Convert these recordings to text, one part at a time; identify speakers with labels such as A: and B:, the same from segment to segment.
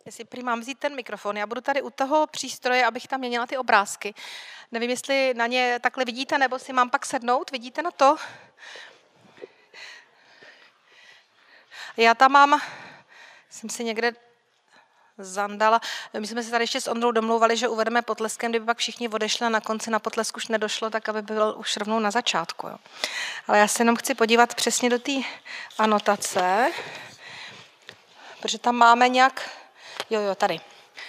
A: Jestli prý mám vzít ten mikrofon, já budu tady u toho přístroje, abych tam měnila ty obrázky. Nevím, jestli na ně takhle vidíte, nebo si mám pak sednout. Vidíte na to? Já tam mám, jsem si někde zandala. My jsme se tady ještě s Ondrou domlouvali, že uvedeme potleskem, kdyby pak všichni odešli a na konci na potlesk už nedošlo, tak aby byl už rovnou na začátku. Jo. Ale já se jenom chci podívat přesně do té anotace, protože tam máme nějak... Jo, tady.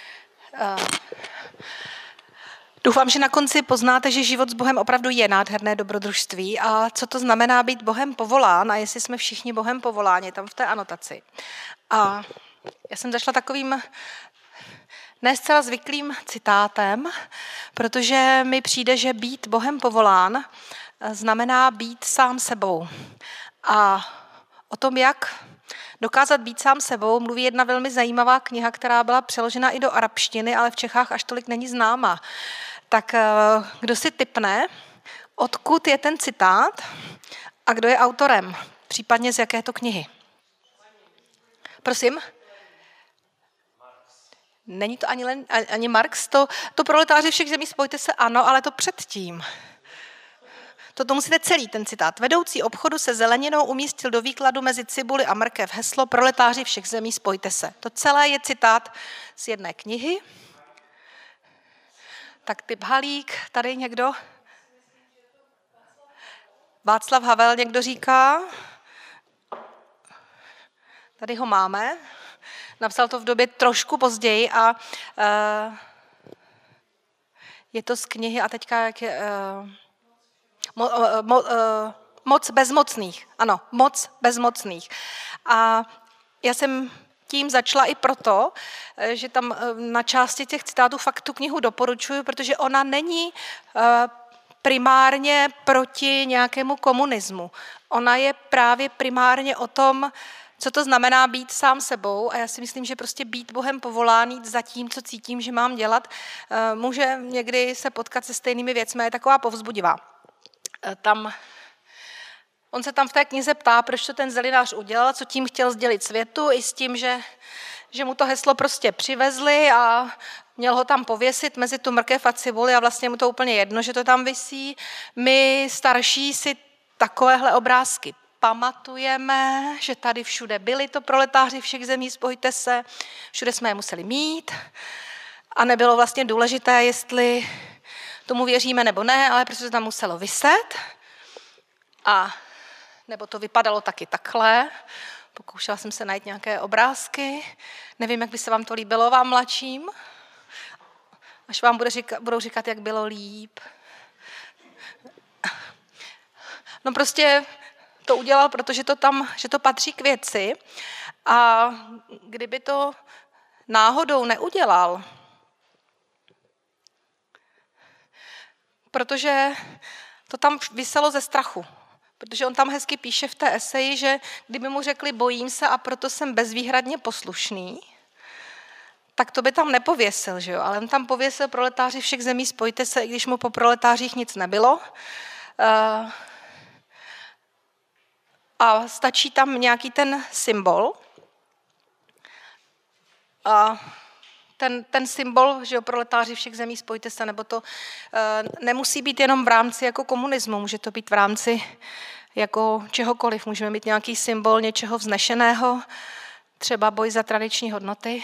A: Doufám, že na konci poznáte, že život s Bohem opravdu je nádherné dobrodružství a co to znamená být Bohem povolán a jestli jsme všichni Bohem povoláni, tam v té anotaci. A já jsem zašla takovým ne zcela zvyklým citátem, protože mi přijde, že být Bohem povolán znamená být sám sebou. A o tom, jak dokázat být sám sebou, mluví jedna velmi zajímavá kniha, která byla přeložena i do arabštiny, ale v Čechách až tolik není známa. Tak kdo si tipne, odkud je ten citát a kdo je autorem, případně z jaké to knihy? Prosím? Není to ani Marx, to proletáři všech zemí, spojte se, ano, ale to předtím. To musíte celý ten citát. Vedoucí obchodu se zeleninou umístil do výkladu mezi cibuli a mrkev heslo proletáři všech zemí, spojte se. To celé je citát z jedné knihy. Tak typ Halík, tady někdo? Václav Havel někdo říká? Tady ho máme. Napsal to v době trošku později a je to z knihy a teďka jak je... Moc bezmocných. Ano, moc bezmocných. A já jsem tím začala i proto, že tam na části těch citátů fakt tu knihu doporučuji, protože ona není primárně proti nějakému komunismu. Ona je právě primárně o tom, co to znamená být sám sebou a já si myslím, že prostě být Bohem povolán, jít za tím, co cítím, že mám dělat, může někdy se potkat se stejnými věcmi, je taková povzbudivá. On se tam v té knize ptá, proč to ten zelinář udělal, co tím chtěl sdělit světu, i s tím, že mu to heslo prostě přivezli a měl ho tam pověsit mezi tu mrkev a cibuli a vlastně mu to úplně jedno, že to tam visí. My starší si takovéhle obrázky pamatujeme, že tady všude byli to proletáři všech zemí, spojte se, všude jsme je museli mít a nebylo vlastně důležité, jestli tomu věříme nebo ne, ale protože to tam muselo viset. A nebo to vypadalo taky takhle. Pokoušela jsem se najít nějaké obrázky. Nevím, jak by se vám to líbilo, vám mladším. Až vám budou říkat, jak bylo líp. No prostě to udělal, protože že to patří k věci. A kdyby to náhodou neudělal, protože to tam viselo ze strachu. Protože on tam hezky píše v té eseji, že kdyby mu řekli bojím se a proto jsem bezvýhradně poslušný, tak to by tam nepověsil, že jo? Ale on tam pověsil proletáři všech zemí, spojte se, i když mu po proletářích nic nebylo. A stačí tam nějaký ten symbol. A ten symbol, že jo, proletáři všech zemí, spojte se, nebo to nemusí být jenom v rámci jako komunismu, může to být v rámci jako čehokoliv. Můžeme mít nějaký symbol něčeho vznešeného, třeba boj za tradiční hodnoty,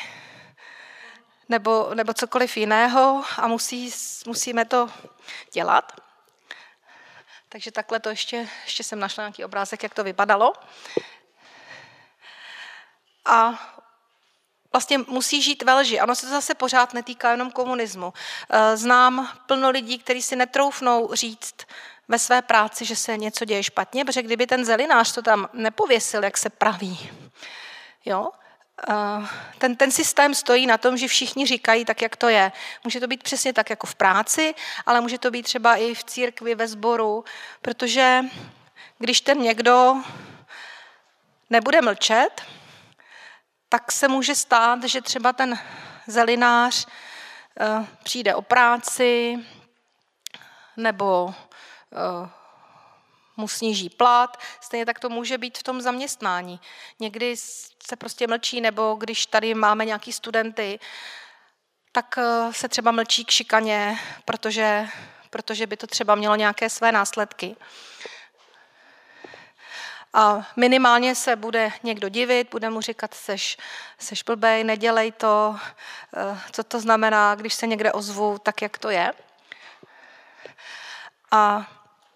A: nebo cokoliv jiného a musíme to dělat. Takže takhle to ještě jsem našla nějaký obrázek, jak to vypadalo. A vlastně musí žít ve lži. Ono se to zase pořád netýká jenom komunismu. Znám plno lidí, kteří si netroufnou říct ve své práci, že se něco děje špatně, protože kdyby ten zelinář to tam nepověsil, jak se praví, jo? Ten systém stojí na tom, že všichni říkají tak, jak to je. Může to být přesně tak, jako v práci, ale může to být třeba i v církvi, ve sboru, protože když ten někdo nebude mlčet, tak se může stát, že třeba ten zelinář přijde o práci nebo mu sníží plat, stejně tak to může být v tom zaměstnání. Někdy se prostě mlčí, nebo když tady máme nějaký studenty, tak se třeba mlčí k šikaně, protože by to třeba mělo nějaké své následky. A minimálně se bude někdo divit, bude mu říkat, seš blbej, nedělej to, co to znamená, když se někde ozvu, tak jak to je. A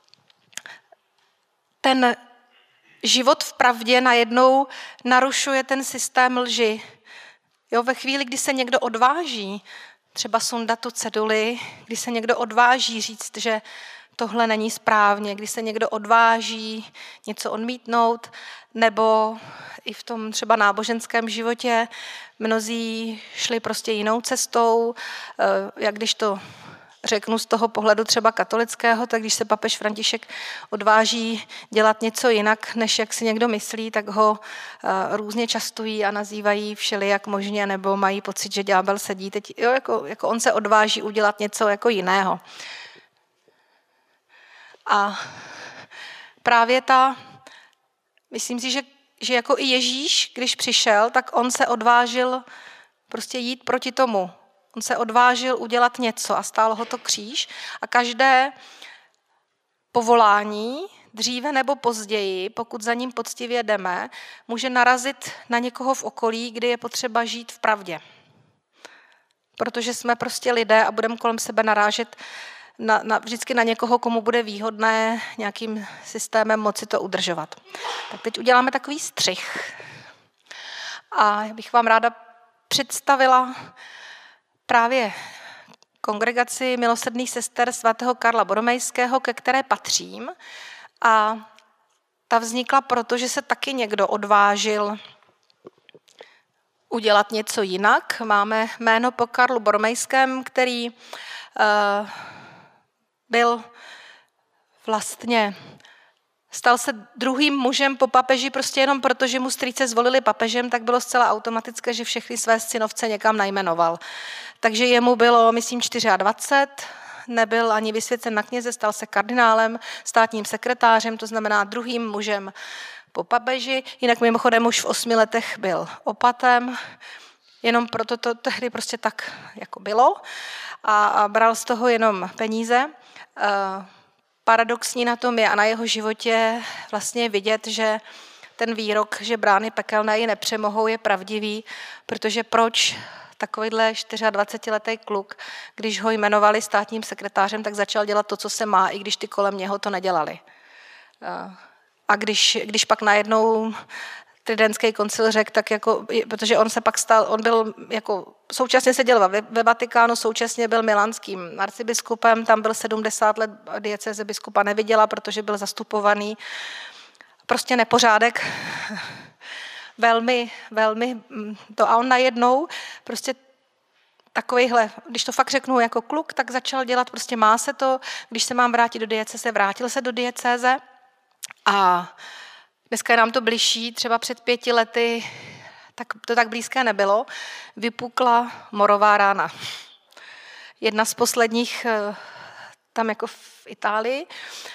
A: ten život v pravdě najednou narušuje ten systém lži. Jo, ve chvíli, kdy se někdo odváží třeba sundat tu ceduli, kdy se někdo odváží říct, že tohle není správně, kdy se někdo odváží něco odmítnout, nebo i v tom třeba náboženském životě mnozí šli prostě jinou cestou, jak když to řeknu z toho pohledu třeba katolického, tak když se papež František odváží dělat něco jinak, než jak si někdo myslí, tak ho různě častují a nazývají všelijak možně, nebo mají pocit, že ďábel sedí teď, jo, jako on se odváží udělat něco jako jiného. A právě myslím si, že jako i Ježíš, když přišel, tak on se odvážil prostě jít proti tomu. On se odvážil udělat něco a stálo ho to kříž. A každé povolání, dříve nebo později, pokud za ním poctivě jdeme, může narazit na někoho v okolí, kdy je potřeba žít v pravdě. Protože jsme prostě lidé a budeme kolem sebe narážet vždycky na někoho, komu bude výhodné nějakým systémem moci to udržovat. Tak teď uděláme takový střih. A já bych vám ráda představila právě kongregaci milosrdných sester svatého Karla Boromejského, ke které patřím. A ta vznikla proto, že se taky někdo odvážil udělat něco jinak. Máme jméno po Karlu Boromejském, který byl vlastně, stal se druhým mužem po papeži prostě jenom proto, že mu strýce zvolili papežem, tak bylo zcela automatické, že všechny své synovce někam najmenoval. Takže jemu bylo, myslím, 24, nebyl ani vysvěcen na kněze, stal se kardinálem, státním sekretářem, to znamená druhým mužem po papeži. Jinak mimochodem už v 8 letech byl opatem, jenom proto to tehdy prostě tak jako bylo a bral z toho jenom peníze. Paradoxní na tom je a na jeho životě vlastně vidět, že ten výrok, že brány pekelné ji nepřemohou, je pravdivý, protože proč takovýhle 24letý kluk, když ho jmenovali státním sekretářem, tak začal dělat to, co se má, i když ty kolem něho to nedělali. A když pak najednou Tridentský koncil řekl, tak jako, protože on se pak stal, on byl jako, současně seděl ve Vatikánu, současně byl milánským arcibiskupem, tam byl 70 let, diecéze biskupa neviděla, protože byl zastupovaný. Prostě nepořádek, velmi to. A on najednou prostě takovejhle, když to fakt řeknu jako kluk, tak začal dělat, prostě má se to, když se mám vrátit do diecéze, vrátil se do diecéze a dneska je nám to bližší, třeba před 5 lety, tak to tak blízké nebylo, vypukla morová rána. Jedna z posledních tam jako v Itálii,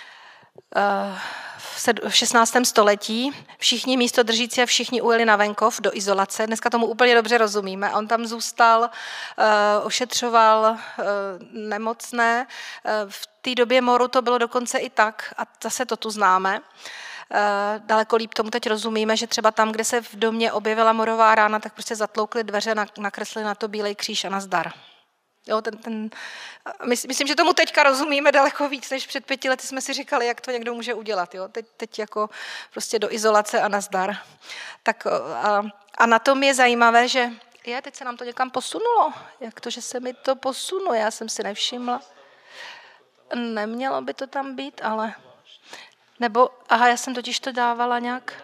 A: v 16. století. Všichni místodržící a všichni ujeli na venkov do izolace. Dneska tomu úplně dobře rozumíme. On tam zůstal, ošetřoval nemocné. V té době moru to bylo dokonce i tak, a zase to tu známe. Daleko líp tomu teď rozumíme, že třeba tam, kde se v domě objevila morová rána, tak prostě zatloukli dveře, nakreslili na to bílej kříž a nazdar. Jo, myslím, že tomu teďka rozumíme daleko víc, než před 5 lety jsme si říkali, jak to někdo může udělat. Jo? Teď jako prostě do izolace a nazdar. Tak a na tom je zajímavé, že teď se nám to někam posunulo. Jak to, že se mi to posunuje? Já jsem si nevšimla. Nemělo by to tam být, ale... Nebo, já jsem totiž to dávala nějak...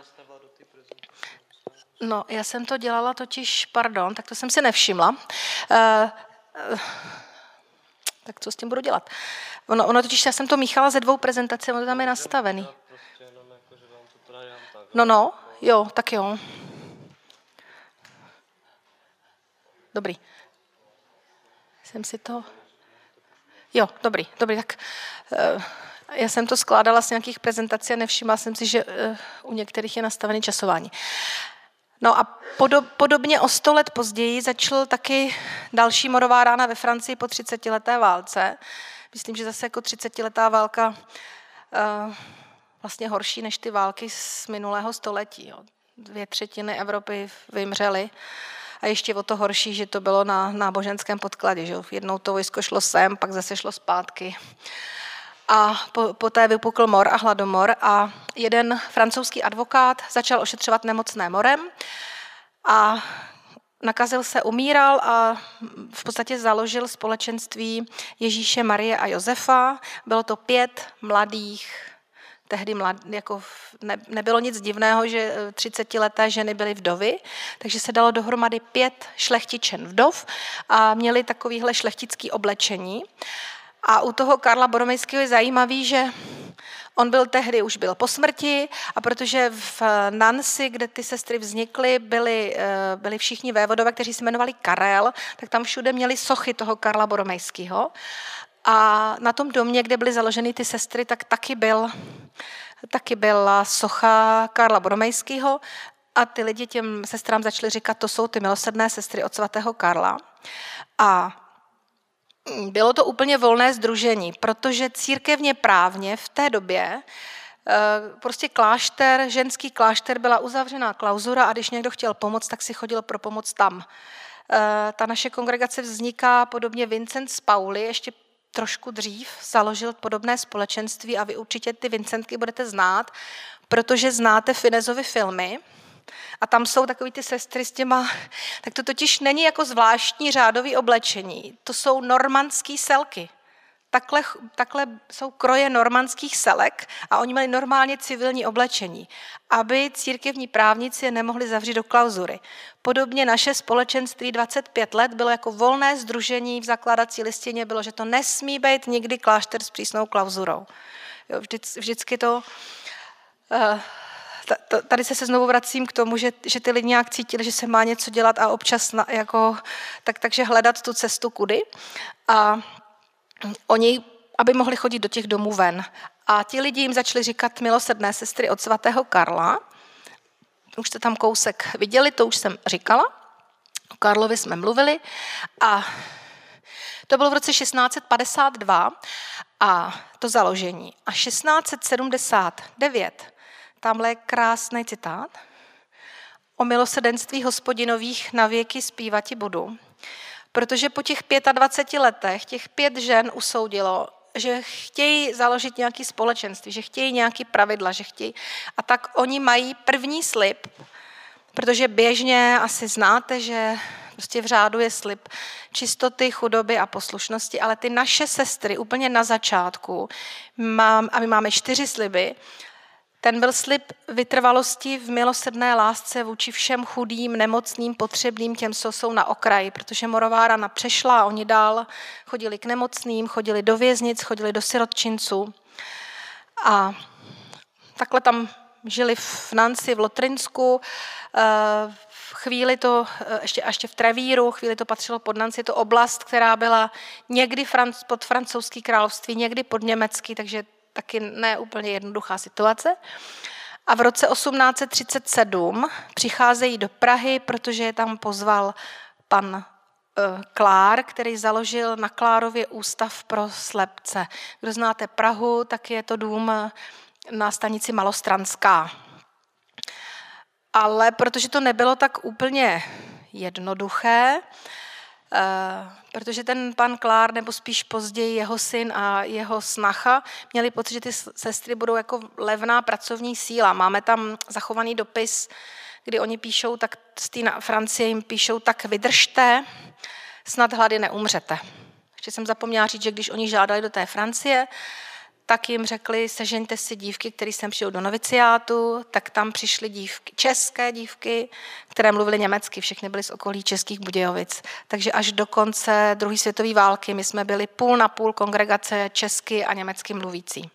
A: No, já jsem to dělala totiž, pardon, tak to jsem si nevšimla. Tak co s tím budu dělat? Ono totiž, já jsem to míchala ze 2 prezentací, ono to tam je nastavený. Jo, tak jo. Dobrý. Jsem si to... Jo, dobrý, tak Já jsem to skládala z nějakých prezentací a nevšimla jsem si, že u některých je nastavený časování. No a podobně o 100 let později začal taky další morová rána ve Francii po 30leté válce. Myslím, že zase jako 30letá válka vlastně horší než ty války z minulého století. Jo. 2/3 Evropy vymřely. A ještě o to horší, že to bylo na náboženském podkladě. Že? Jednou to vojsko šlo sem, pak zase šlo zpátky. A poté vypukl mor a hladomor a jeden francouzský advokát začal ošetřovat nemocné morem a nakazil se, umíral a v podstatě založil společenství Ježíše, Marie a Josefa. Bylo to 5 mladých, tehdy jako nebylo nic divného, že 30leté ženy byly vdovy, takže se dalo dohromady 5 šlechtičen vdov a měli takovýhle šlechtický oblečení. A u toho Karla Boromejského je zajímavý, že on byl tehdy, už byl po smrti a protože v Nancy, kde ty sestry vznikly, byli všichni vévodové, kteří se jmenovali Karel, tak tam všude měli sochy toho Karla Boromejského. A na tom domě, kde byly založeny ty sestry, tak taky byla socha Karla Boromejského a ty lidi těm sestrám začali říkat, to jsou ty milosrdné sestry od svatého Karla. A bylo to úplně volné sdružení, protože církevně právně v té době prostě ženský klášter byla uzavřená klauzura a když někdo chtěl pomoct, tak si chodil pro pomoc tam. Ta naše kongregace vzniká podobně Vincent z Pauly, ještě trošku dřív založil podobné společenství a vy určitě ty Vincentky budete znát, protože znáte Finezovy filmy. A tam jsou takový ty sestry s těma, tak to totiž není jako zvláštní řádový oblečení, to jsou normandský selky. Takhle jsou kroje normandských selek a oni měli normálně civilní oblečení, aby církevní právníci je nemohli zavřít do klauzury. Podobně naše společenství 25 let bylo jako volné sdružení v zakládací listině, bylo, že to nesmí být nikdy klášter s přísnou klauzurou. Jo, vždycky to... Tady se znovu vracím k tomu, že ty lidi nějak cítili, že se má něco dělat a občas takže hledat tu cestu kudy. A oni, aby mohli chodit do těch domů ven. A ti lidi jim začali říkat milosrdné sestry od svatého Karla. Už jste tam kousek viděli, to už jsem říkala. O Karlovi jsme mluvili. A to bylo v roce 1652 a to založení. A 1679 tamhle je krásný citát. O milosrdenství hospodinových na věky zpívati budu. Protože po těch 25 letech těch 5 žen usoudilo, že chtějí založit nějaké společenství, že chtějí nějaké pravidla, že chtějí. A tak oni mají první slib, protože běžně asi znáte, že prostě v řádu je slib čistoty, chudoby a poslušnosti, ale ty naše sestry úplně na začátku, a my máme 4 sliby, ten byl slib vytrvalosti v milosrdné lásce vůči všem chudým, nemocným, potřebným, těm, co jsou na okraji, protože morová rana přešla a oni dál chodili k nemocným, chodili do věznic, chodili do sirotčinců. A takhle tam žili v Nancy, v Lotrinsku, chvíli to, ještě v Trevíru, chvíli to patřilo pod Nancy, je to oblast, která byla někdy pod francouzský království, někdy pod německý, takže taky ne úplně jednoduchá situace. A v roce 1837 přicházejí do Prahy, protože je tam pozval pan Klár, který založil na Klárově ústav pro slepce. Kdo znáte Prahu, tak je to dům na stanici Malostranská. Ale protože to nebylo tak úplně jednoduché, protože ten pan Klár, nebo spíš později jeho syn a jeho snacha, měli pocit, že ty sestry budou jako levná pracovní síla. Máme tam zachovaný dopis, kdy oni píšou, tak z té Francie jim píšou, tak vydržte, snad hlady neumřete. Ještě jsem zapomněla říct, že když oni žádali do té Francie, tak jim řekli, sežeňte si dívky, které sem přijdou do noviciátu, tak tam přišly dívky, české dívky, které mluvily německy, všechny byly z okolí Českých Budějovic. Takže až do konce druhé světové války my jsme byli půl na půl kongregace česky a německy mluvící.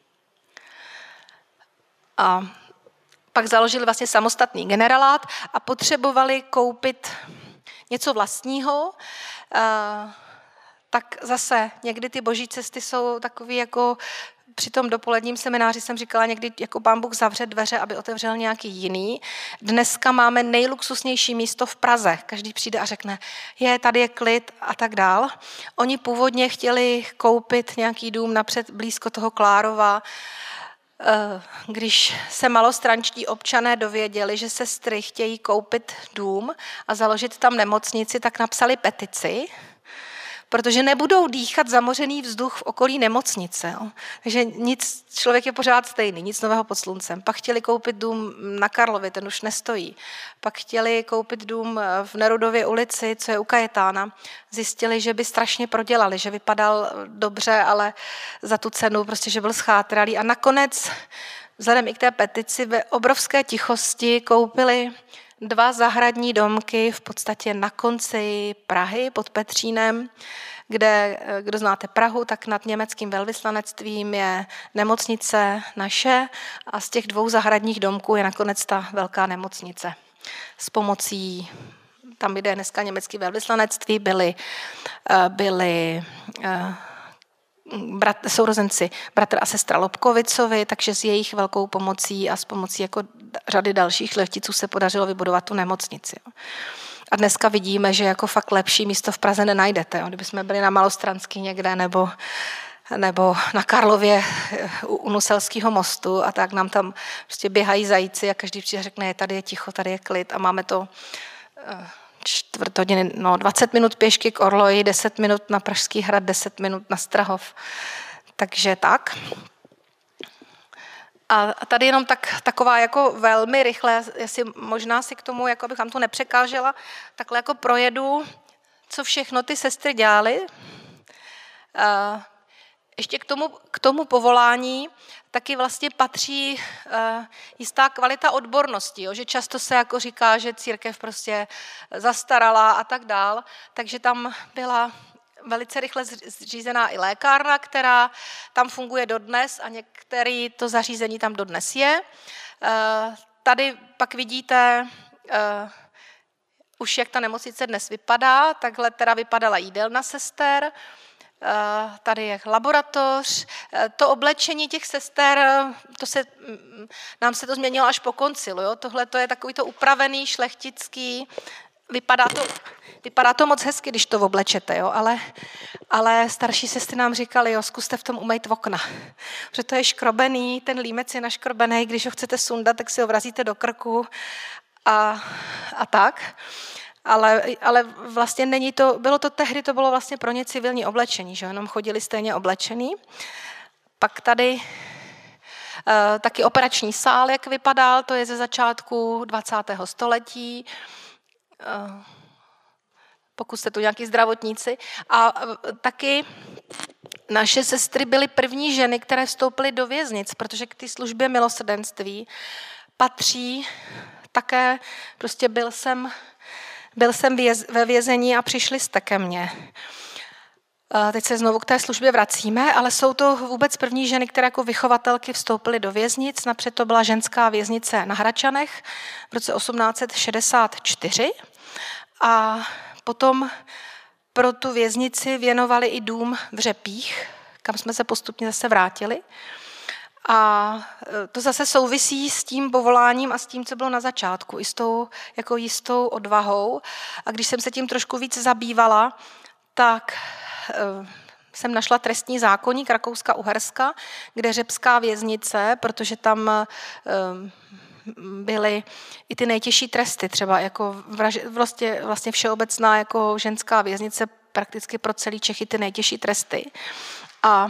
A: A pak založili vlastně samostatný generálát a potřebovali koupit něco vlastního, tak zase někdy ty boží cesty jsou takový jako při tom dopoledním semináři jsem říkala někdy, jako Pán Bůh zavře dveře, aby otevřel nějaký jiný. Dneska máme nejluxusnější místo v Praze. Každý přijde a řekne, tady je klid a tak dál. Oni původně chtěli koupit nějaký dům napřed blízko toho Klárova. Když se malostrančtí občané dověděli, že sestry chtějí koupit dům a založit tam nemocnici, tak napsali petici, protože nebudou dýchat zamořený vzduch v okolí nemocnice. Jo. Takže člověk je pořád stejný, nic nového pod sluncem. Pak chtěli koupit dům na Karlově, ten už nestojí. Pak chtěli koupit dům v Nerudově ulici, co je u Kajetána. Zjistili, že by strašně prodělali, že vypadal dobře, ale za tu cenu prostě, že byl schátralý. A nakonec, vzhledem i k té petici, ve obrovské tichosti koupili 2 zahradní domky v podstatě na konci Prahy pod Petřínem, kde, kdo znáte Prahu, tak nad německým velvyslanectvím je nemocnice naše a z těch 2 zahradních domků je nakonec ta velká nemocnice. S pomocí, tam jde dneska německý velvyslanectví, byli sourozenci bratr a sestra Lobkovicovi, takže s jejich velkou pomocí a s pomocí jako řady dalších šlechticů se podařilo vybudovat tu nemocnici. A dneska vidíme, že jako fakt lepší místo v Praze nenajdete. Kdybychom byli na Malostranský někde nebo na Karlově u Nuselského mostu a tak nám tam prostě běhají zajíci a každý přijde řekne, tady je ticho, tady je klid a máme to 4 hodiny, 20 minut pěšky k Orloji, 10 minut na Pražský hrad, 10 minut na Strahov. Takže tak. A tady jenom taková jako velmi rychle, možná si k tomu, jako abych vám to nepřekážela, takhle jako projedu, co všechno ty sestry dělaly. Ještě k tomu povolání taky vlastně patří jistá kvalita odbornosti, jo? Že často se jako říká, že církev prostě zastarala a tak dál, takže tam byla velice rychle zřízená i lékárna, která tam funguje dodnes a některé to zařízení tam dodnes je. Tady pak vidíte už, jak ta nemocnice dnes vypadá, takhle teda vypadala jídelna sester. Tady je laboratoř. To oblečení těch sester, nám se to změnilo až po koncilu. Jo? Tohle to je takový to upravený, šlechtický, vypadá to moc hezky, když to oblečete, jo? Ale starší sestry nám říkali, jo, zkuste v tom umýt okna. Protože to je škrobený, ten límec je naškrobený, když ho chcete sundat, tak si ho vrazíte do krku a tak. Ale vlastně tehdy to bylo vlastně pro ně civilní oblečení, že jenom chodili stejně oblečený. Pak tady taky operační sál, jak vypadal, to je ze začátku 20. století. Pokud jste tu nějaký zdravotníci. A taky naše sestry byly první ženy, které vstoupily do věznic, protože k té službě milosrdenství patří také, prostě byl jsem ve vězení a přišli jste ke mně. Teď se znovu k té službě vracíme, ale jsou to vůbec první ženy, které jako vychovatelky vstoupily do věznic. Napřed to byla ženská věznice na Hradčanech v roce 1864 a potom pro tu věznici věnovali i dům v Řepích, kam jsme se postupně zase vrátili. A to zase souvisí s tím povoláním a s tím, co bylo na začátku, i s tou jako jistou odvahou. A když jsem se tím trošku víc zabývala, tak jsem našla trestní zákoník Rakouska-Uherska, kde řepská věznice, protože tam byly i ty nejtěžší tresty, třeba jako vlastně všeobecná jako ženská věznice, prakticky pro celý Čechy ty nejtěžší tresty. A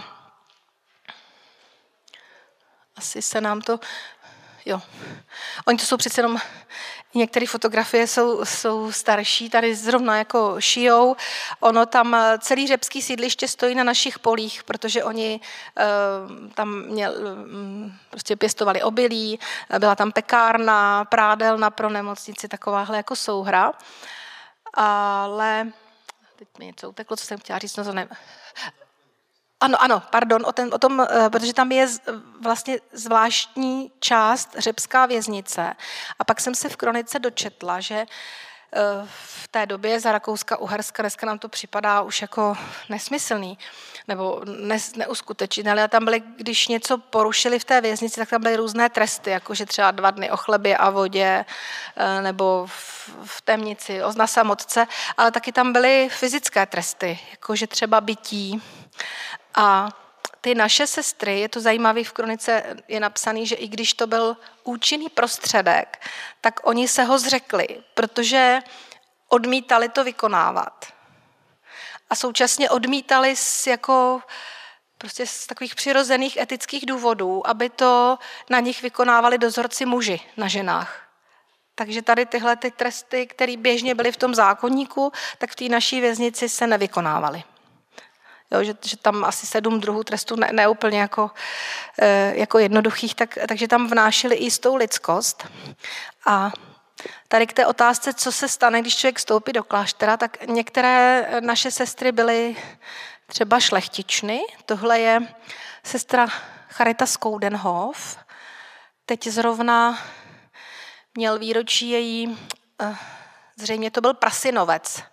A: asi se nám to, jo. Oni to jsou přece jenom, některé fotografie jsou starší, tady zrovna jako šijou. Ono tam, celý řepský sídliště stojí na našich polích, protože oni tam prostě pěstovali obilí, byla tam pekárna, prádelna pro nemocnici, takováhle jako souhra. Ale teď mi něco uteklo, co jsem chtěla říct, no to ne. Ano, pardon, o tom, protože tam je vlastně zvláštní část řepská věznice. A pak jsem se v kronice dočetla, že v té době za Rakouska-Uherska, dneska nám to připadá už jako nesmyslný, nebo neuskutečnitelné. A tam byly, když něco porušili v té věznici, tak tam byly různé tresty, jakože třeba 2 dny o chlebě a vodě, nebo v temnici, na samotce, ale taky tam byly fyzické tresty, jakože třeba bití. A ty naše sestry, je to zajímavé, v kronice je napsaný, že i když to byl účinný prostředek, tak oni se ho zřekli, protože odmítali to vykonávat. A současně odmítali prostě z takových přirozených etických důvodů, aby to na nich vykonávali dozorci muži na ženách. Takže tady tyhle ty tresty, které běžně byly v tom zákoníku, tak v té naší věznici se nevykonávaly. Jo, že tam asi 7 druhů trestů ne úplně jako jednoduchých, takže tam vnášeli i jistou lidskost. A tady k té otázce, co se stane, když člověk vstoupí do kláštera, tak některé naše sestry byly třeba šlechtičny. Tohle je sestra Charita Skoudenhof. Teď zrovna měl výročí její, zřejmě to byl prasinovec.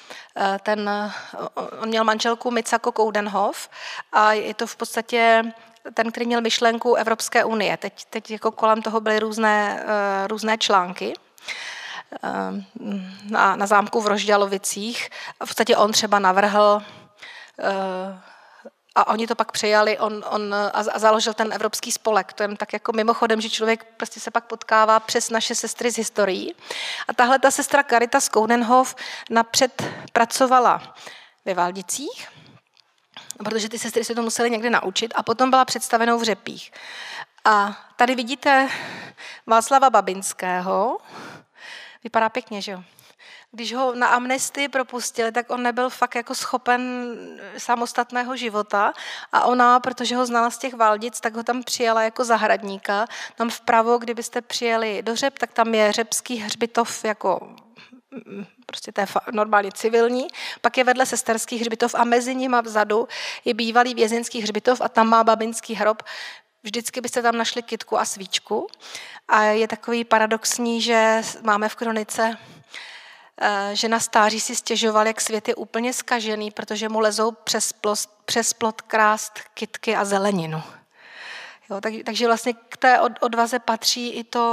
A: On měl manželku Micako Koudenhof a je to v podstatě ten, který měl myšlenku Evropské unie. Teď jako kolem toho byly různé články na zámku v Rožďalovicích. V podstatě on třeba navrhl a oni to pak přijali, on založil ten Evropský spolek. To je tak jako mimochodem, že člověk prostě se pak potkává přes naše sestry z historií. A tahle ta sestra Karita Skoudenhof napřed pracovala ve Valdicích, protože ty sestry se to musely někde naučit, a potom byla představenou v Řepích. A tady vidíte Václava Babinského. Vypadá pěkně, že jo? Když ho na amnestii propustili, tak on nebyl fakt jako schopen samostatného života a ona, protože ho znala z těch Valdic, tak ho tam přijala jako zahradníka. Tam vpravo, kdybyste přijeli do Řep, tak tam je řepský hřbitov jako prostě to je normálně civilní, pak je vedle sesterský hřbitov a mezi nimi vzadu je bývalý vězeňský hřbitov a tam má babinský hrob. Vždycky byste tam našli kytku a svíčku. A je takový paradoxní, že máme v kronice, že na stáří si stěžoval, jak svět je úplně zkažený, protože mu lezou přes plot krást kytky a zeleninu. Jo, takže vlastně k té odvaze patří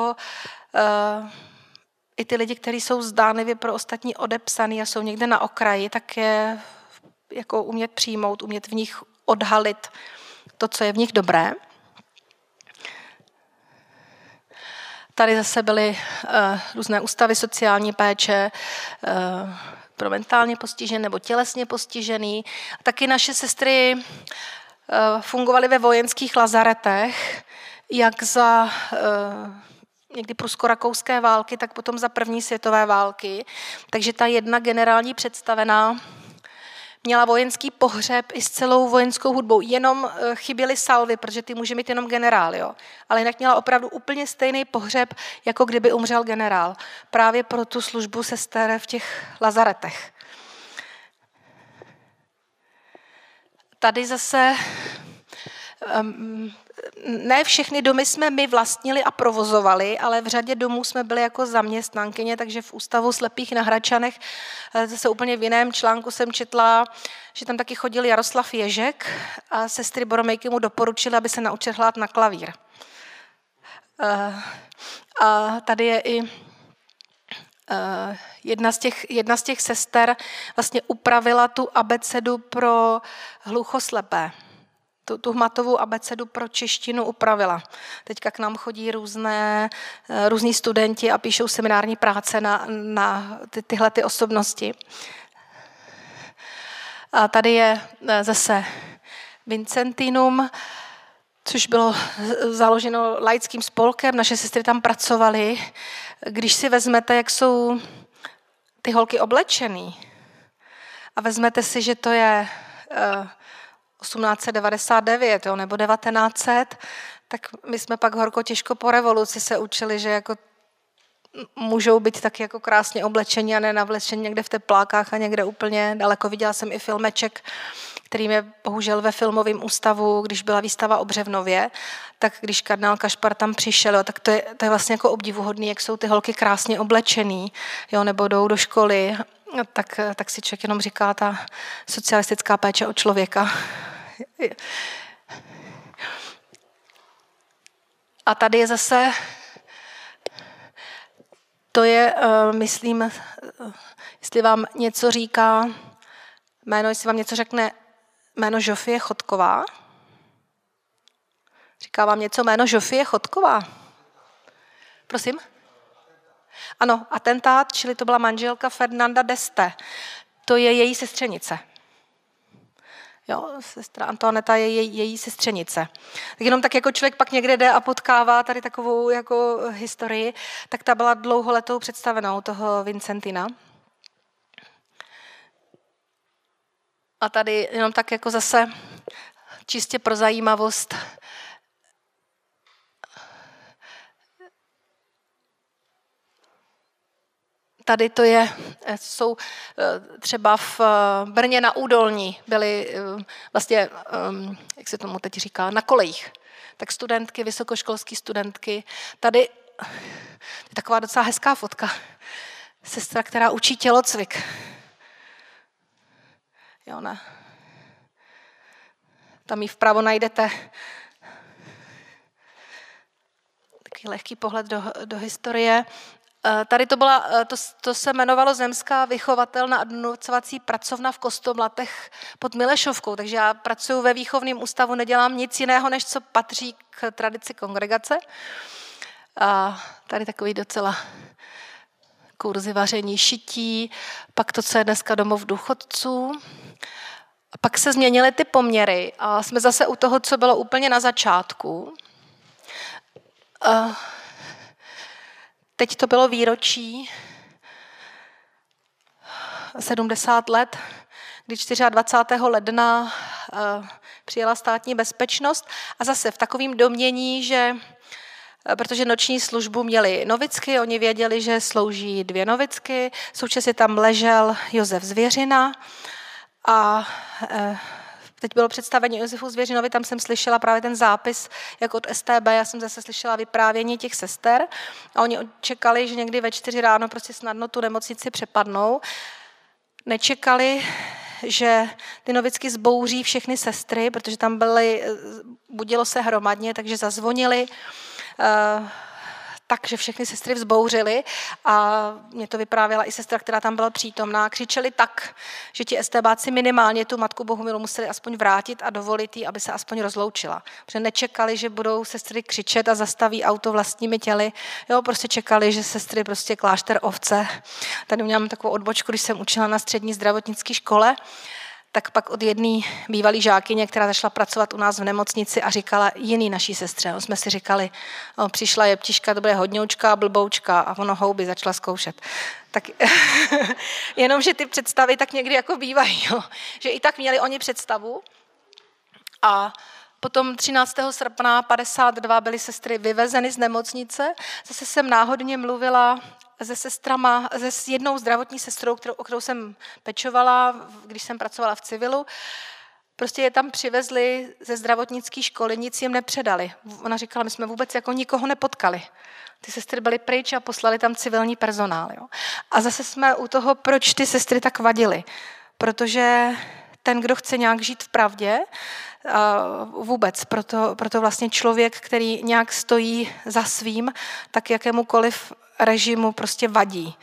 A: i ty lidi, kteří jsou zdánlivě pro ostatní odepsaný a jsou někde na okraji, tak je jako umět přijmout, umět v nich odhalit to, co je v nich dobré. Tady zase byly různé ústavy sociální péče pro mentálně postižený nebo tělesně postižený. A taky naše sestry fungovaly ve vojenských lazaretech, jak za někdy prusko-rakouské války, tak potom za první světové války. Takže ta jedna generální představená měla vojenský pohřeb i s celou vojenskou hudbou. Jenom chyběly salvy, protože ty může mít jenom generál. Jo? Ale jinak měla opravdu úplně stejný pohřeb, jako kdyby umřel generál. Právě pro tu službu sester v těch lazaretech. Tady zase ne všechny domy jsme my vlastnili a provozovali, ale v řadě domů jsme byli jako zaměstnankyně, takže v Ústavu slepých na Hradčanech, zase úplně v jiném článku jsem četla, že tam taky chodil Jaroslav Ježek a sestry Boromejky mu doporučily, aby se naučil hrát na klavír. A tady je i jedna z těch sester vlastně upravila tu abecedu pro hluchoslepé. Tu hmatovou abecedu pro češtinu upravila. Teďka k nám chodí různí studenti a píšou seminární práce na tyhle ty osobnosti. A tady je zase Vincentinum, což bylo založeno laickým spolkem. Naše sestry tam pracovaly. Když si vezmete, jak jsou ty holky oblečený a vezmete si, že to je 1899 nebo 1900, tak my jsme pak horko těžko po revoluci se učili, že jako můžou být taky jako krásně oblečení a ne navlečení někde v teplákách a někde úplně daleko. Viděla jsem i filmeček, kterým je bohužel ve filmovém ústavu, když byla výstava o Břevnově, tak když kardinál Kašpar tam přišel, tak to je vlastně jako obdivuhodný, jak jsou ty holky krásně oblečený, jo, nebo jdou do školy, tak si člověk jenom říká ta socialistická péče o člověka. A tady je zase, to je, myslím, jestli vám něco říká jméno, jestli vám něco řekne jméno Žofie Chodková. Říká vám něco jméno Žofie Chodková? Prosím? Ano, atentát, čili to byla manželka Ferdinanda d'Este. To je její sestřenice. Jo, sestra Antoaneta je její sestřenice. Tak jenom tak jako člověk pak někde jde a potkává tady takovou jako historii, tak ta byla dlouholetou představenou toho Vincentina. A tady jenom tak jako zase čistě pro zajímavost. Tady to jsou třeba v Brně na Údolní, byly vlastně, jak se tomu teď říká, na kolejích. Tak studentky, vysokoškolské studentky. Tady je taková docela hezká fotka. Sestra, která učí tělocvik. Jo, ne. Tam ji vpravo najdete. Takový lehký pohled do historie. Tady to se jmenovalo Zemská vychovatelná a donucovací pracovna v Kostomlatech pod Milešovkou, takže já pracuji ve výchovném ústavu, nedělám nic jiného, než co patří k tradici kongregace. A tady takový docela kurzy vaření, šití, pak to, co je dneska domov důchodců. A pak se změnily ty poměry a jsme zase u toho, co bylo úplně na začátku. Teď to bylo výročí 70 let, kdy 24. ledna přijela státní bezpečnost a zase v takovém domnění, že protože noční službu měli novicky, oni věděli, že slouží 2 novicky, současně tam ležel Josef Zvěřina a teď bylo představení Josefu Zvěřinovi, tam jsem slyšela právě ten zápis jako od STB, já jsem zase slyšela vyprávění těch sester a oni čekali, že někdy ve 4 ráno prostě snadno tu nemocnici přepadnou. Nečekali, že ty novicky zbouří všechny sestry, protože tam budilo se hromadně, takže zazvonili, takže všechny sestry vzbouřily a mě to vyprávěla i sestra, která tam byla přítomná. Křičeli tak, že ti STBáci minimálně tu matku Bohumilu museli aspoň vrátit a dovolit jí, aby se aspoň rozloučila. Protože nečekali, že budou sestry křičet a zastaví auto vlastními těly. Jo, prostě čekali, že sestry prostě klášter ovce. Tady měla takovou odbočku, když jsem učila na střední zdravotnické škole, tak pak od jedné bývalé žákyně, která začala pracovat u nás v nemocnici a říkala jiný naší sestře. Jsme si říkali, přišla jeptiška, to bude hodňoučka, blboučka a ono houby začala zkoušet. Tak jenomže ty představy tak někdy jako bývají, jo. Že i tak měli oni představu a potom 13. srpna 52 byly sestry vyvezeny z nemocnice. Zase jsem náhodně mluvila s jednou zdravotní sestrou, o kterou jsem pečovala, když jsem pracovala v civilu. Prostě je tam přivezli ze zdravotnické školy, nic jim nepředali. Ona říkala, my jsme vůbec jako nikoho nepotkali. Ty sestry byly pryč a poslali tam civilní personál. Jo. A zase jsme u toho, proč ty sestry tak vadily. Protože ten, kdo chce nějak žít v pravdě, vůbec, proto vlastně člověk, který nějak stojí za svým, tak jakémukoliv režimu prostě vadí.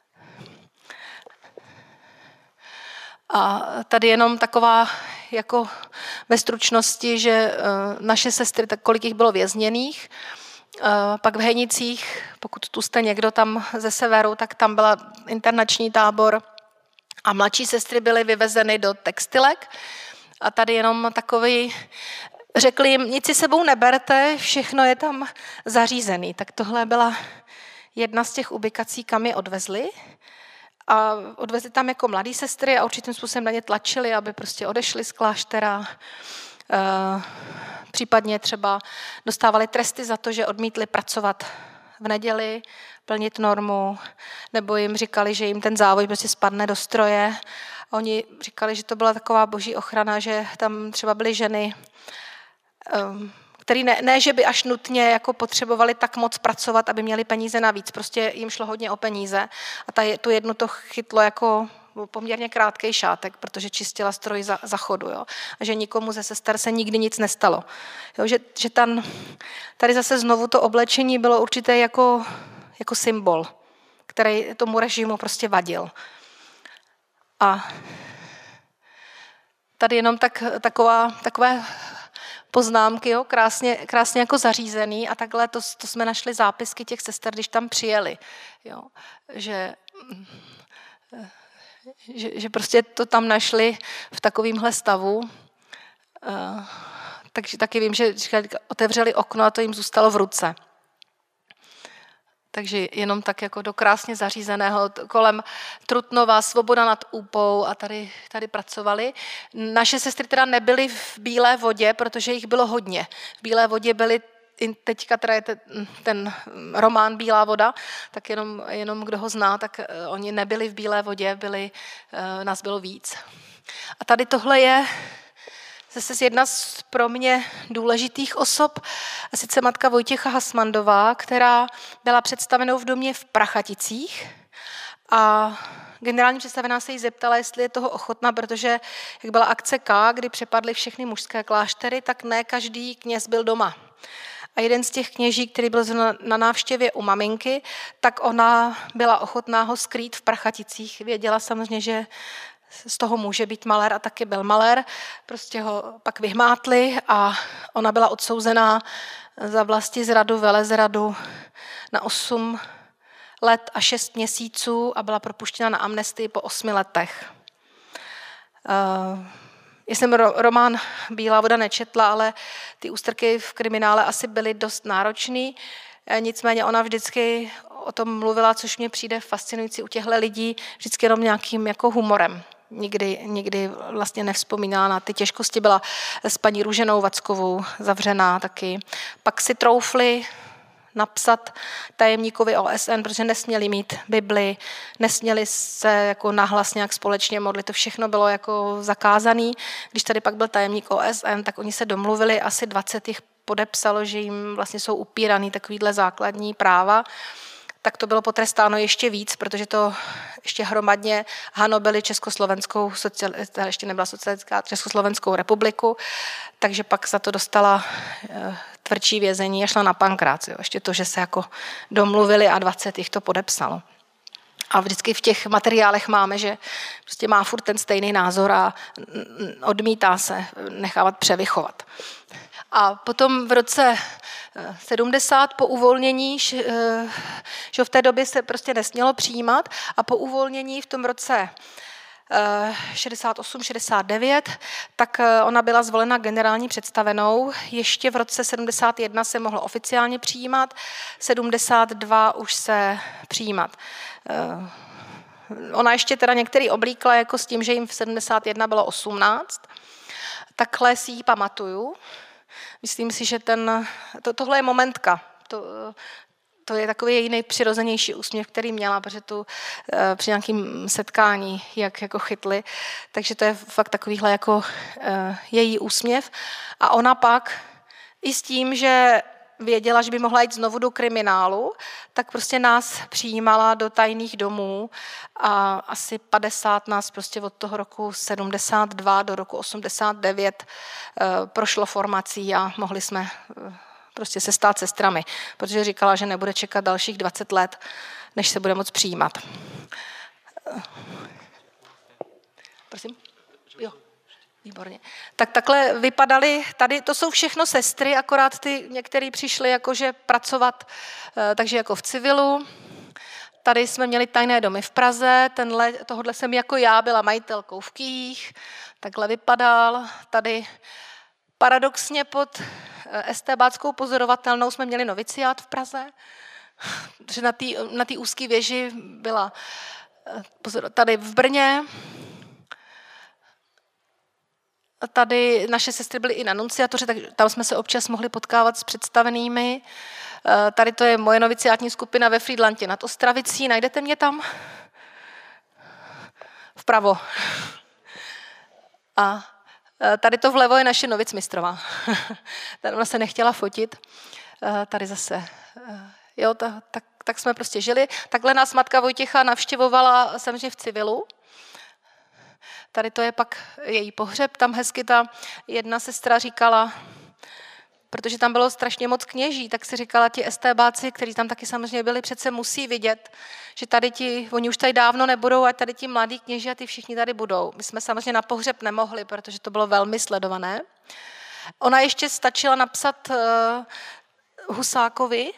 A: A tady jenom taková jako ve stručnosti, že naše sestry, tak kolik jich bylo vězněných, pak v Henicích, pokud tu jste někdo tam ze severu, tak tam byla internační tábor a mladší sestry byly vyvezeny do textilek a tady jenom takový, řekli jim, nic si sebou neberte, všechno je tam zařízený. Tak tohle byla jedna z těch ubikací, kam je odvezli. A odvezli tam jako mladý sestry a určitým způsobem na ně tlačili, aby prostě odešli z kláštera. Případně třeba dostávali tresty za to, že odmítli pracovat v neděli plnit normu, nebo jim říkali, že jim ten závoj prostě spadne do stroje. Oni říkali, že to byla taková boží ochrana, že tam třeba byly ženy, který ne, že by až nutně jako potřebovali tak moc pracovat, aby měli peníze navíc. Prostě jim šlo hodně o peníze a tu jednu to chytlo jako poměrně krátkej šátek, protože čistila stroj za chodu. Jo? A že nikomu ze sester se nikdy nic nestalo. Jo? Že tady zase znovu to oblečení bylo určité jako symbol, který tomu režimu prostě vadil. A tady jenom takové poznámky, jo, krásně jako zařízený a takhle to jsme našli zápisky těch sester, když tam přijeli, jo, že prostě to tam našli v takovémhle stavu, takže taky vím, že otevřeli okno a to jim zůstalo v ruce. Takže jenom tak jako do krásně zařízeného, kolem Trutnova, Svoboda nad Úpou a tady pracovali. Naše sestry teda nebyly v Bílé vodě, protože jich bylo hodně. V Bílé vodě byly, teďka teda je ten román Bílá voda, tak jenom kdo ho zná, tak oni nebyli v Bílé vodě, nás bylo víc. A tady tohle je zase jedna z pro mě důležitých osob, a sice matka Vojtěcha Hasmandová, která byla představenou v domě v Prachaticích a generální představená se jí zeptala, jestli je toho ochotná, protože jak byla akce K, kdy přepadly všechny mužské kláštery, tak ne každý kněz byl doma. A jeden z těch kněží, který byl na návštěvě u maminky, tak ona byla ochotná ho skrýt v Prachaticích. Věděla samozřejmě, že z toho může být malér a taky byl malér. Prostě ho pak vyhmátli a ona byla odsouzená za vlastizradu, velezradu na 8 let a 6 měsíců a byla propuštěna na amnestii po 8 letech. Já jsem román Bílá voda nečetla, ale ty ústrky v kriminále asi byly dost náročný. Nicméně ona vždycky o tom mluvila, což mě přijde fascinující u těchto lidí, vždycky jenom nějakým jako humorem. Nikdy vlastně nevzpomínala na ty těžkosti. Byla s paní Růženou Vackovou zavřená taky. Pak si troufli napsat tajemníkovi OSN, protože nesměli mít Bibli, nesměli se jako nahlas nějak společně modlit, to všechno bylo jako zakázané. Když tady pak byl tajemník OSN, tak oni se domluvili, asi 20 jich podepsalo, že jim vlastně jsou upíraný takovýhle základní práva. Tak to bylo potrestáno ještě víc, protože to ještě hromadně hanobili Československou, ještě nebyla socialistická, Československou republiku, takže pak za to dostala tvrdší vězení a šla na pankrác. Jo. Ještě to, že se jako domluvili a 20 jich to podepsalo. A vždycky v těch materiálech máme, že prostě má furt ten stejný názor a odmítá se nechávat převychovat. A potom v roce 70 po uvolnění, že v té době se prostě nesmělo přijímat a po uvolnění v tom roce 68, 69, tak ona byla zvolena generální představenou. Ještě v roce 71 se mohlo oficiálně přijímat, 72 už se přijímat. Ona ještě teda některý oblíkla jako s tím, že jim v 71 bylo 18. Takhle si ji pamatuju. Myslím si, že tohle je momentka. To je takový její nejpřirozenější úsměv, který měla, protože při nějakém setkání, jak jako chytli. Takže to je fakt takovýhle jako její úsměv. A ona pak i s tím, že věděla, že by mohla jít znovu do kriminálu, tak prostě nás přijímala do tajných domů a asi 50 nás prostě od toho roku 72 do roku 89 prošlo formací a mohli jsme prostě se stát sestrami, protože říkala, že nebude čekat dalších 20 let, než se bude moct přijímat. Prosím? Jo. Výborně. Tak takhle vypadaly, tady to jsou všechno sestry, akorát ty některý přišli jakože pracovat, takže jako v civilu. Tady jsme měli tajné domy v Praze, tohodle jsem jako já byla majitelkou v Kyjích, takhle vypadal. Tady paradoxně pod estébáckou pozorovatelnou jsme měli noviciát v Praze, protože na té úzké věži byla tady v Brně. Tady naše sestry byly i na nunciatoři, tak tam jsme se občas mohli potkávat s představenými. Tady to je moje noviciátní skupina ve Frýdlantě nad Ostravicí. Najdete mě tam? Vpravo. A tady to vlevo je naše novicmistrová. Tady ona se nechtěla fotit. Tady zase. Jo, tak jsme prostě žili. Takhle nás matka Vojtěcha navštěvovala samozřejmě v civilu. Tady to je pak její pohřeb. Tam hezky ta jedna sestra říkala, protože tam bylo strašně moc kněží, tak si říkala, ti estébáci, kteří tam taky samozřejmě byli, přece musí vidět, že tady oni už tady dávno nebudou, a tady ti mladí kněží a ty všichni tady budou. My jsme samozřejmě na pohřeb nemohli, protože to bylo velmi sledované. Ona ještě stačila napsat Husákovi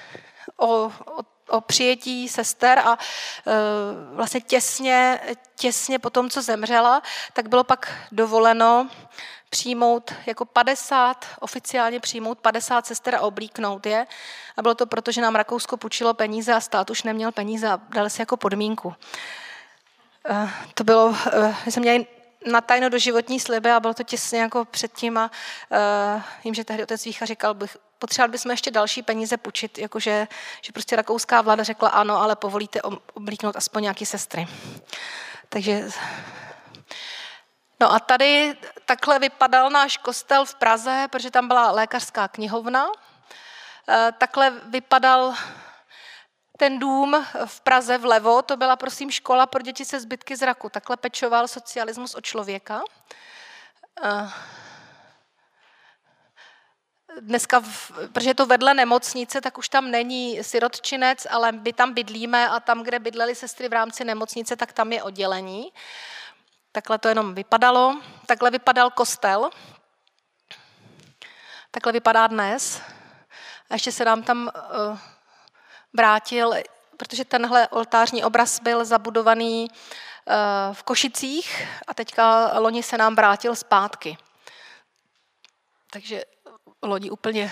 A: o přijetí sester a vlastně těsně po tom, co zemřela, tak bylo pak dovoleno přijmout oficiálně přijmout 50 sester a oblíknout je. A bylo to proto, že nám Rakousko půjčilo peníze a stát už neměl peníze a dali si jako podmínku. To bylo, my jsme měli natajno doživotní sliby a bylo to těsně jako předtím a vím, že tehdy otec Vícha říkal, potřebovali bychom ještě další peníze půjčit, jakože že prostě rakouská vláda řekla ano, ale povolíte oblíknout aspoň nějaké sestry. Takže no a tady takhle vypadal náš kostel v Praze, protože tam byla lékařská knihovna. Takhle vypadal ten dům v Praze vlevo, to byla prosím škola pro děti se zbytky zraku. Takhle pečoval socialismus o člověka. Dneska, protože je to vedle nemocnice, tak už tam není sirotčinec, ale my tam bydlíme a tam, kde bydlely sestry v rámci nemocnice, tak tam je oddělení. Takhle to jenom vypadalo. Takhle vypadal kostel. Takhle vypadá dnes. A ještě se nám tam vrátil, protože tenhle oltářní obraz byl zabudovaný v Košicích a teďka loni se nám vrátil zpátky. Takže loni úplně.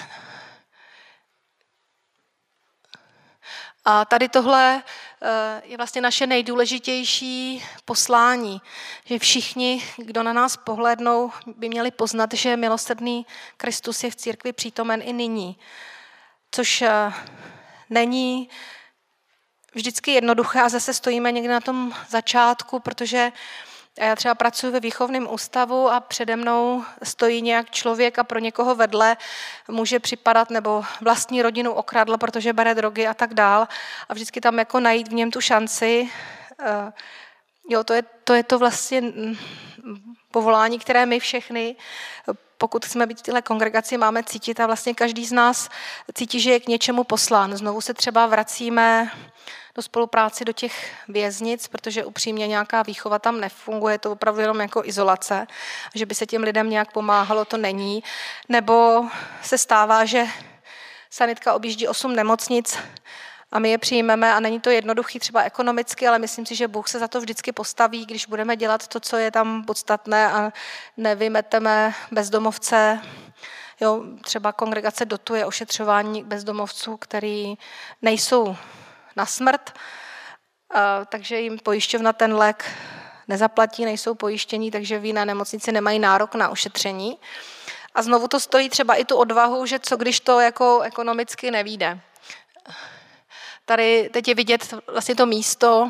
A: A tady tohle je vlastně naše nejdůležitější poslání, že všichni, kdo na nás pohlédnou, by měli poznat, že milosrdný Kristus je v církvi přítomen i nyní, což není vždycky jednoduché a zase stojíme někde na tom začátku, protože já třeba pracuji ve výchovném ústavu a přede mnou stojí nějak člověk a pro někoho vedle může připadat, nebo vlastní rodinu okradl, protože bere drogy a tak dál. A vždycky tam jako najít v něm tu šanci. Jo, to je to vlastně povolání, které my všechny, pokud chceme být v téhle kongregaci, máme cítit a vlastně každý z nás cítí, že je k něčemu poslán. Znovu se třeba vracíme do spolupráci do těch věznic, protože upřímně nějaká výchova tam nefunguje, to opravdu jenom jako izolace, že by se těm lidem nějak pomáhalo, to není. Nebo se stává, že sanitka objíždí 8 nemocnic a my je přijmeme a není to jednoduchý třeba ekonomicky, ale myslím si, že Bůh se za to vždycky postaví, když budeme dělat to, co je tam podstatné a nevymeteme bezdomovce. Jo, třeba kongregace dotuje ošetřování bezdomovců, který nejsou na smrt, takže jim pojišťovna ten lék nezaplatí, nejsou pojištění, takže v jiné nemocnici nemají nárok na ošetření. A znovu to stojí třeba i tu odvahu, že co když to jako ekonomicky nevyjde. Tady teď je vidět vlastně to místo.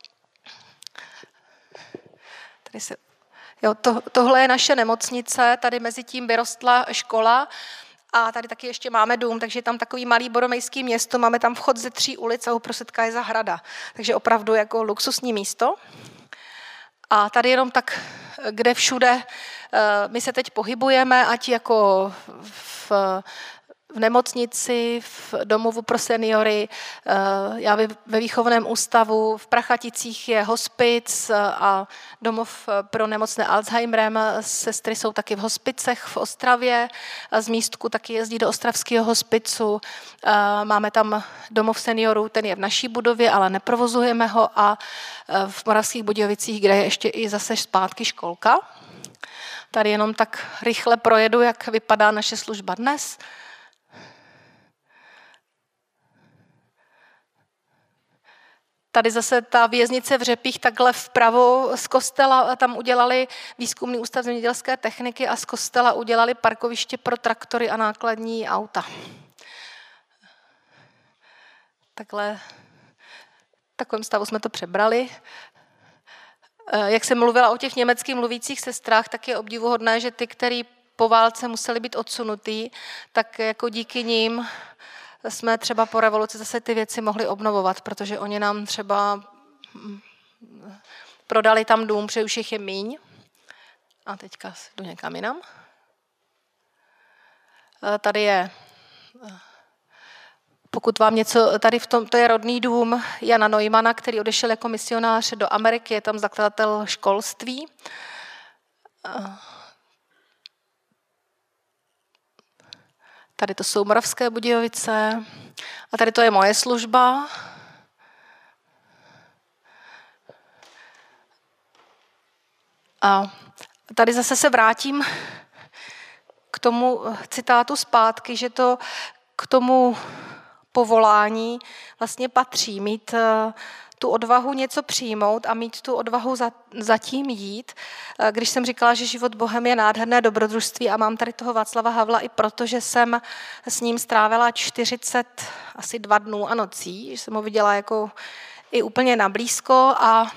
A: Tady tohle je naše nemocnice, tady mezi tím vyrostla škola. A tady taky ještě máme dům, takže je tam takový malý boromejský město, máme tam vchod ze 3 ulic a uprostředka je zahrada. Takže opravdu jako luxusní místo. A tady jenom tak, kde všude my se teď pohybujeme, ať jako v nemocnici, v domovu pro seniory, já ve výchovném ústavu, v Prachaticích je hospic a domov pro nemocné Alzheimerem. Sestry jsou taky v hospicech v Ostravě, z Místku taky jezdí do ostravského hospicu. Máme tam domov seniorů, ten je v naší budově, ale neprovozujeme ho a v Moravských Budějovicích, kde je ještě i zase zpátky školka. Tady jenom tak rychle projedu, jak vypadá naše služba dnes. Tady zase ta věznice v Řepích, takhle vpravo z kostela, tam udělali výzkumný ústav zemědělské techniky a z kostela udělali parkoviště pro traktory a nákladní auta. takhle, v takovém stavu jsme to přebrali. Jak jsem mluvila o těch německy mluvících sestrách, tak je obdivuhodné, že ty, který po válce museli být odsunutý, tak jako díky nim jsme třeba po revoluci zase ty věci mohli obnovovat, protože oni nám třeba prodali tam dům, protože už jich je míň. A teďka jdu někam jinam. Tady je, pokud vám něco, tady v tom, to je rodný dům Jana Neumana, který odešel jako misionář do Ameriky, je tam zakladatel školství. Tady to jsou Moravské Budějovice a tady to je moje služba. A tady zase se vrátím k tomu citátu zpátky, že to k tomu povolání vlastně patří, mít tu odvahu něco přijmout a mít tu odvahu zatím jít. Když jsem říkala, že život Bohem je nádherné dobrodružství a mám tady toho Václava Havla i proto, že jsem s ním strávila 42 dnů a nocí, že jsem ho viděla jako i úplně nablízko a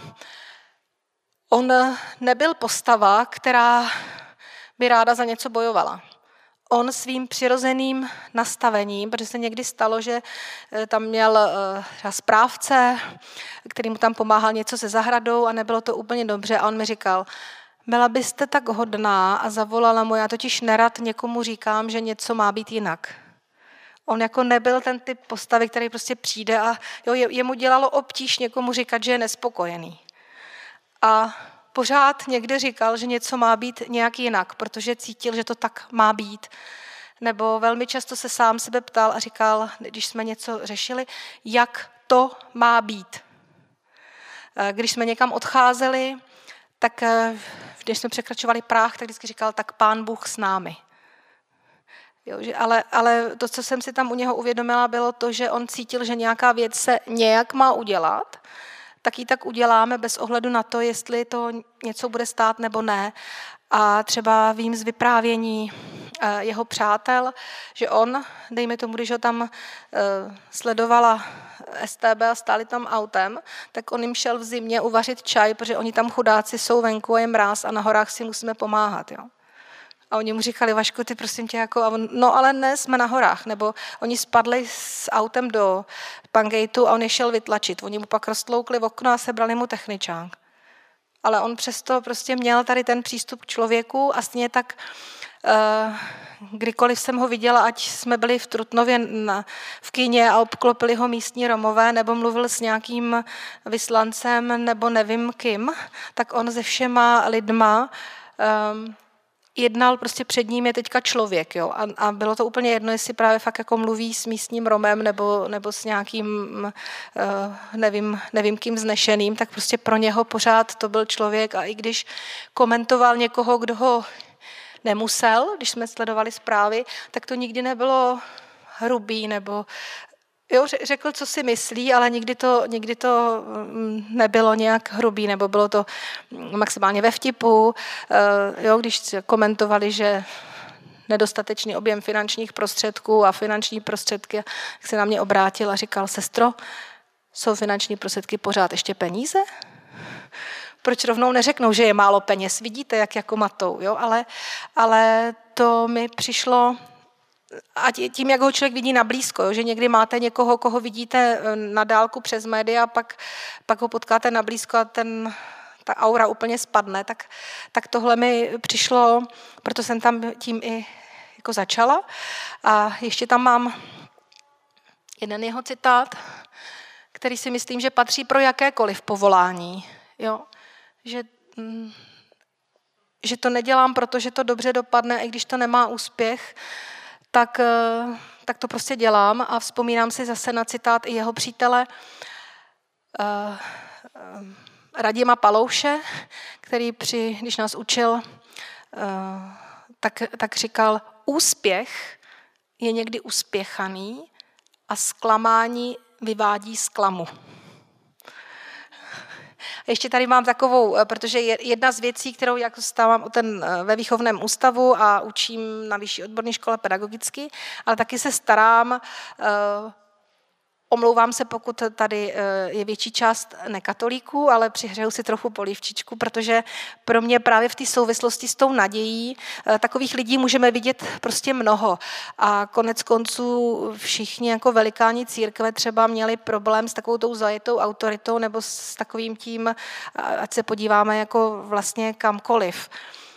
A: on nebyl postava, která by ráda za něco bojovala. On svým přirozeným nastavením, protože se někdy stalo, že tam měl správce, který mu tam pomáhal něco se zahradou a nebylo to úplně dobře a on mi říkal, byla byste tak hodná a zavolala mu, já totiž nerad někomu říkám, že něco má být jinak. On jako nebyl ten typ postavy, který prostě přijde a jemu dělalo obtíž někomu říkat, že je nespokojený. A pořád někde říkal, že něco má být nějak jinak, protože cítil, že to tak má být. Nebo velmi často se sám sebe ptal a říkal, když jsme něco řešili, jak to má být. Když jsme někam odcházeli, tak když jsme překračovali práh, tak vždycky říkal, tak Pán Bůh s námi. Jo, ale to, co jsem si tam u něho uvědomila, bylo to, že on cítil, že nějaká věc se nějak má udělat, tak ji tak uděláme bez ohledu na to, jestli to něco bude stát nebo ne. A třeba vím z vyprávění jeho přátel, že on, dejme tomu, když ho tam sledovala STB a stáli tam autem, tak on jim šel v zimě uvařit čaj, protože oni tam chudáci jsou venku a je mráz a na horách si musíme pomáhat. Jo. A oni mu říkali, Vašku, ty prosím tě, jako, a on, no ale ne, jsme na horách, nebo oni spadli s autem do Pangejtu a on je šel vytlačit. Oni mu pak roztloukli v okno a sebrali mu techničák. Ale on přesto prostě měl tady ten přístup k člověku a stejně tak, kdykoliv jsem ho viděla, ať jsme byli v Trutnově v kině a obklopili ho místní Romové, nebo mluvil s nějakým vyslancem, nebo nevím kým, tak on se všema lidma jednal, prostě před ním je teďka člověk, jo, a bylo to úplně jedno, jestli právě fakt jako mluví s místním Romem nebo s nějakým, nevím kým vznešeným, tak prostě pro něho pořád to byl člověk a i když komentoval někoho, kdo ho nemusel, když jsme sledovali zprávy, tak to nikdy nebylo hrubý nebo jo, řekl, co si myslí, ale nikdy to nebylo nějak hrubý, nebo bylo to maximálně ve vtipu. Jo, když komentovali, že nedostatečný objem finančních prostředků a finanční prostředky, jak se na mě obrátil a říkal, sestro, jsou finanční prostředky pořád ještě peníze? Proč rovnou neřeknou, že je málo peněz? Vidíte, jak jako matou, jo? Ale to mi přišlo. A tím, jak ho člověk vidí na blízko, jo, že někdy máte někoho, koho vidíte na dálku přes média, pak ho potkáte na blízko a ta aura úplně spadne, tak tohle mi přišlo, proto jsem tam tím i jako začala. A ještě tam mám jeden jeho citát, který si myslím, že patří pro jakékoliv povolání. Jo? Že to nedělám, protože to dobře dopadne, i když to nemá úspěch, tak to prostě dělám a vzpomínám si zase na citát i jeho přítele Radima Palouše, který když nás učil, tak říkal, úspěch je někdy uspěchaný a zklamání vyvádí z klamu. Ještě tady mám takovou, protože jedna z věcí, kterou jako stávám ve výchovném ústavu a učím na vyšší odborné škole pedagogicky, ale taky se starám Omlouvám se, pokud tady je větší část nekatolíků, ale přihřeju si trochu polívčičku, protože pro mě právě v té souvislosti s tou nadějí takových lidí můžeme vidět prostě mnoho. A konec konců všichni jako velikáni církve třeba měli problém s takovou tou zajetou autoritou nebo s takovým tím, ať se podíváme jako vlastně kamkoliv.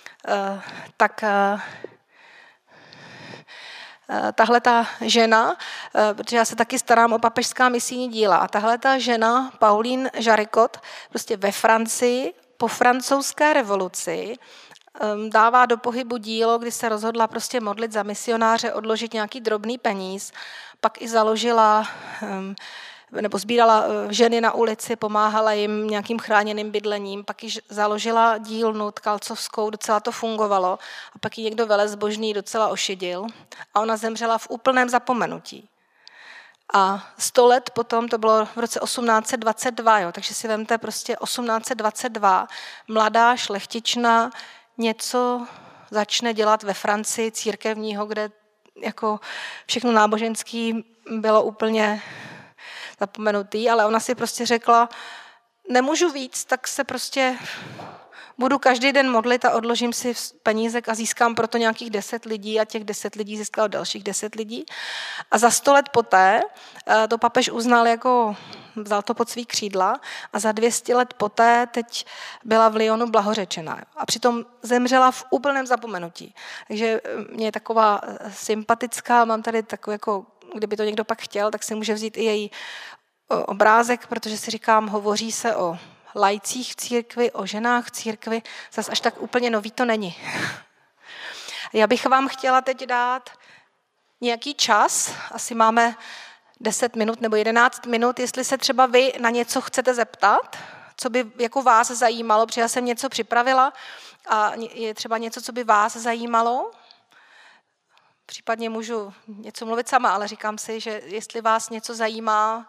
A: Tahle ta žena, protože já se taky starám o papežská misijní díla, a tahle ta žena, Pauline Jaricot, prostě ve Francii po francouzské revoluci dává do pohybu dílo, kdy se rozhodla prostě modlit za misionáře, odložit nějaký drobný peníz, pak i založila nebo sbírala ženy na ulici, pomáhala jim nějakým chráněným bydlením, pak ji založila dílnu tkalcovskou, docela to fungovalo, a pak ji někdo velezbožný docela ošidil a ona zemřela v úplném zapomenutí. A 100 let potom, to bylo v roce 1822, jo, takže si vemte prostě 1822, mladá šlechtična něco začne dělat ve Francii církevního, kde jako všechno náboženský bylo úplně zapomenutý, ale ona si prostě řekla, nemůžu víc, tak se prostě budu každý den modlit a odložím si penízek a získám proto nějakých 10 lidí a těch 10 lidí získalo dalších 10 lidí. A za 100 let poté to papež uznal jako, vzal to pod svý křídla a za 200 let poté teď byla v Lyonu blahořečena. A přitom zemřela v úplném zapomenutí. Takže mě je taková sympatická, mám tady takový jako, kdyby to někdo pak chtěl, tak si může vzít i její obrázek, protože si říkám, hovoří se o laicích v církvi, o ženách v církvi, zase až tak úplně nový to není. Já bych vám chtěla teď dát nějaký čas, asi máme 10 minut nebo 11 minut, jestli se třeba vy na něco chcete zeptat, co by jako vás zajímalo, protože já jsem něco připravila a je třeba něco, co by vás zajímalo. Případně můžu něco mluvit sama, ale říkám si, že jestli vás něco zajímá.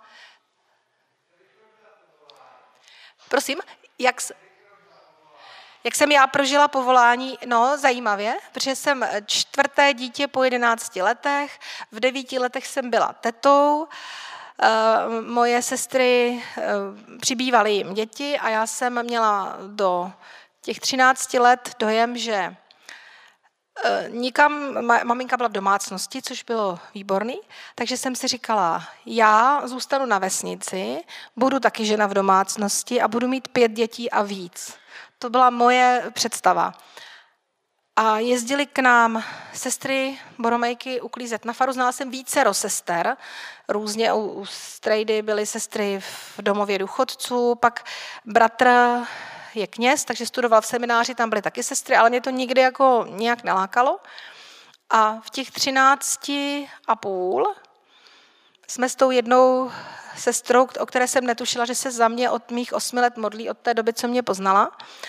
A: Prosím, jak jsem já prožila povolání? No, zajímavě, protože jsem 4. dítě po 11 letech, v 9 letech jsem byla tetou, moje sestry přibývaly jim děti a já jsem měla do těch 13 let dojem, že maminka byla v domácnosti, což bylo výborný, takže jsem si říkala, já zůstanu na vesnici, budu taky žena v domácnosti a budu mít 5 dětí a víc. To byla moje představa. A jezdili k nám sestry Boromejky uklízet na faru. Znala jsem vícero sester, různě u strejdy byly sestry v domově důchodců, pak bratr je kněz, takže studoval v semináři, tam byly taky sestry, ale mě to nikdy jako nějak nelákalo. A v těch 13,5 jsme s tou jednou sestrou, o které jsem netušila, že se za mě od mých 8 let modlí, od té doby, co mě poznala,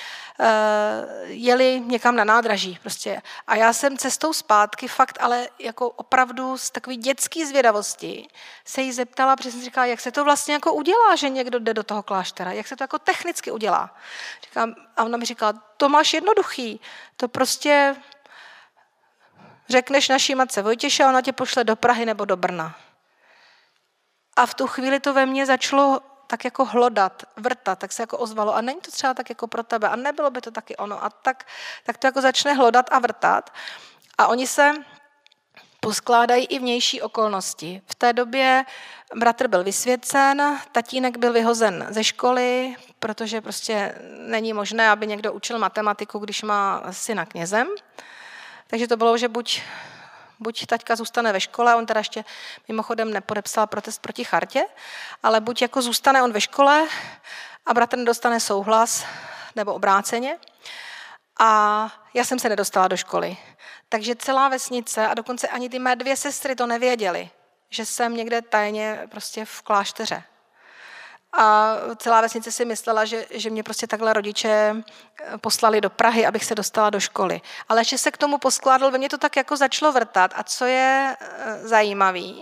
A: jeli někam na nádraží prostě. A já jsem cestou zpátky fakt, ale jako opravdu z takový dětský zvědavosti se jí zeptala, protože jsem říkala, jak se to vlastně jako udělá, že někdo jde do toho kláštera, jak se to jako technicky udělá. Říkám, a ona mi říkala, to máš jednoduchý, to prostě řekneš naší matce Vojtěše a ona tě pošle do Prahy nebo do Brna. A v tu chvíli to ve mně začalo tak jako hlodat, vrtat, tak se jako ozvalo a není to třeba tak jako pro tebe a nebylo by to taky ono a tak to jako začne hlodat a vrtat a oni se poskládají i vnější okolnosti. V té době bratr byl vysvěcen, tatínek byl vyhozen ze školy, protože prostě není možné, aby někdo učil matematiku, když má syna knězem. Takže to bylo, že buď taťka zůstane ve škole, on teda ještě mimochodem nepodepsal protest proti chartě, ale buď jako zůstane on ve škole a bratr nedostane souhlas, nebo obráceně. A já jsem se nedostala do školy. Takže celá vesnice a dokonce ani ty mé 2 sestry to nevěděly, že jsem někde tajně prostě v klášteře. A celá vesnice si myslela, že mě prostě takhle rodiče poslali do Prahy, abych se dostala do školy. Ale ještě se k tomu poskládalo, ve mně to tak jako začalo vrtat. A co je zajímavý,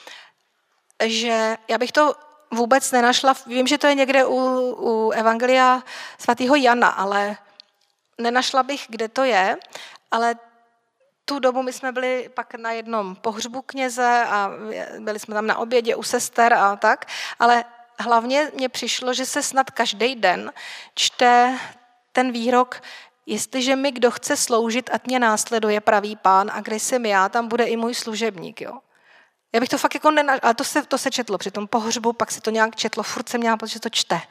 A: že já bych to vůbec nenašla, vím, že to je někde u Evangelia svatého Jana, ale nenašla bych, kde to je, ale tu dobu my jsme byli pak na jednom pohřbu kněze a byli jsme tam na obědě u sester a tak, ale hlavně mně přišlo, že se snad každý den čte ten výrok, jestliže mi kdo chce sloužit, ať mě následuje pravý pán a kde jsem já, tam bude i můj služebník. Jo? Já bych to fakt jako ale to se četlo při tom pohřbu, pak se to nějak četlo, furt jsem měla pocit, že to čte.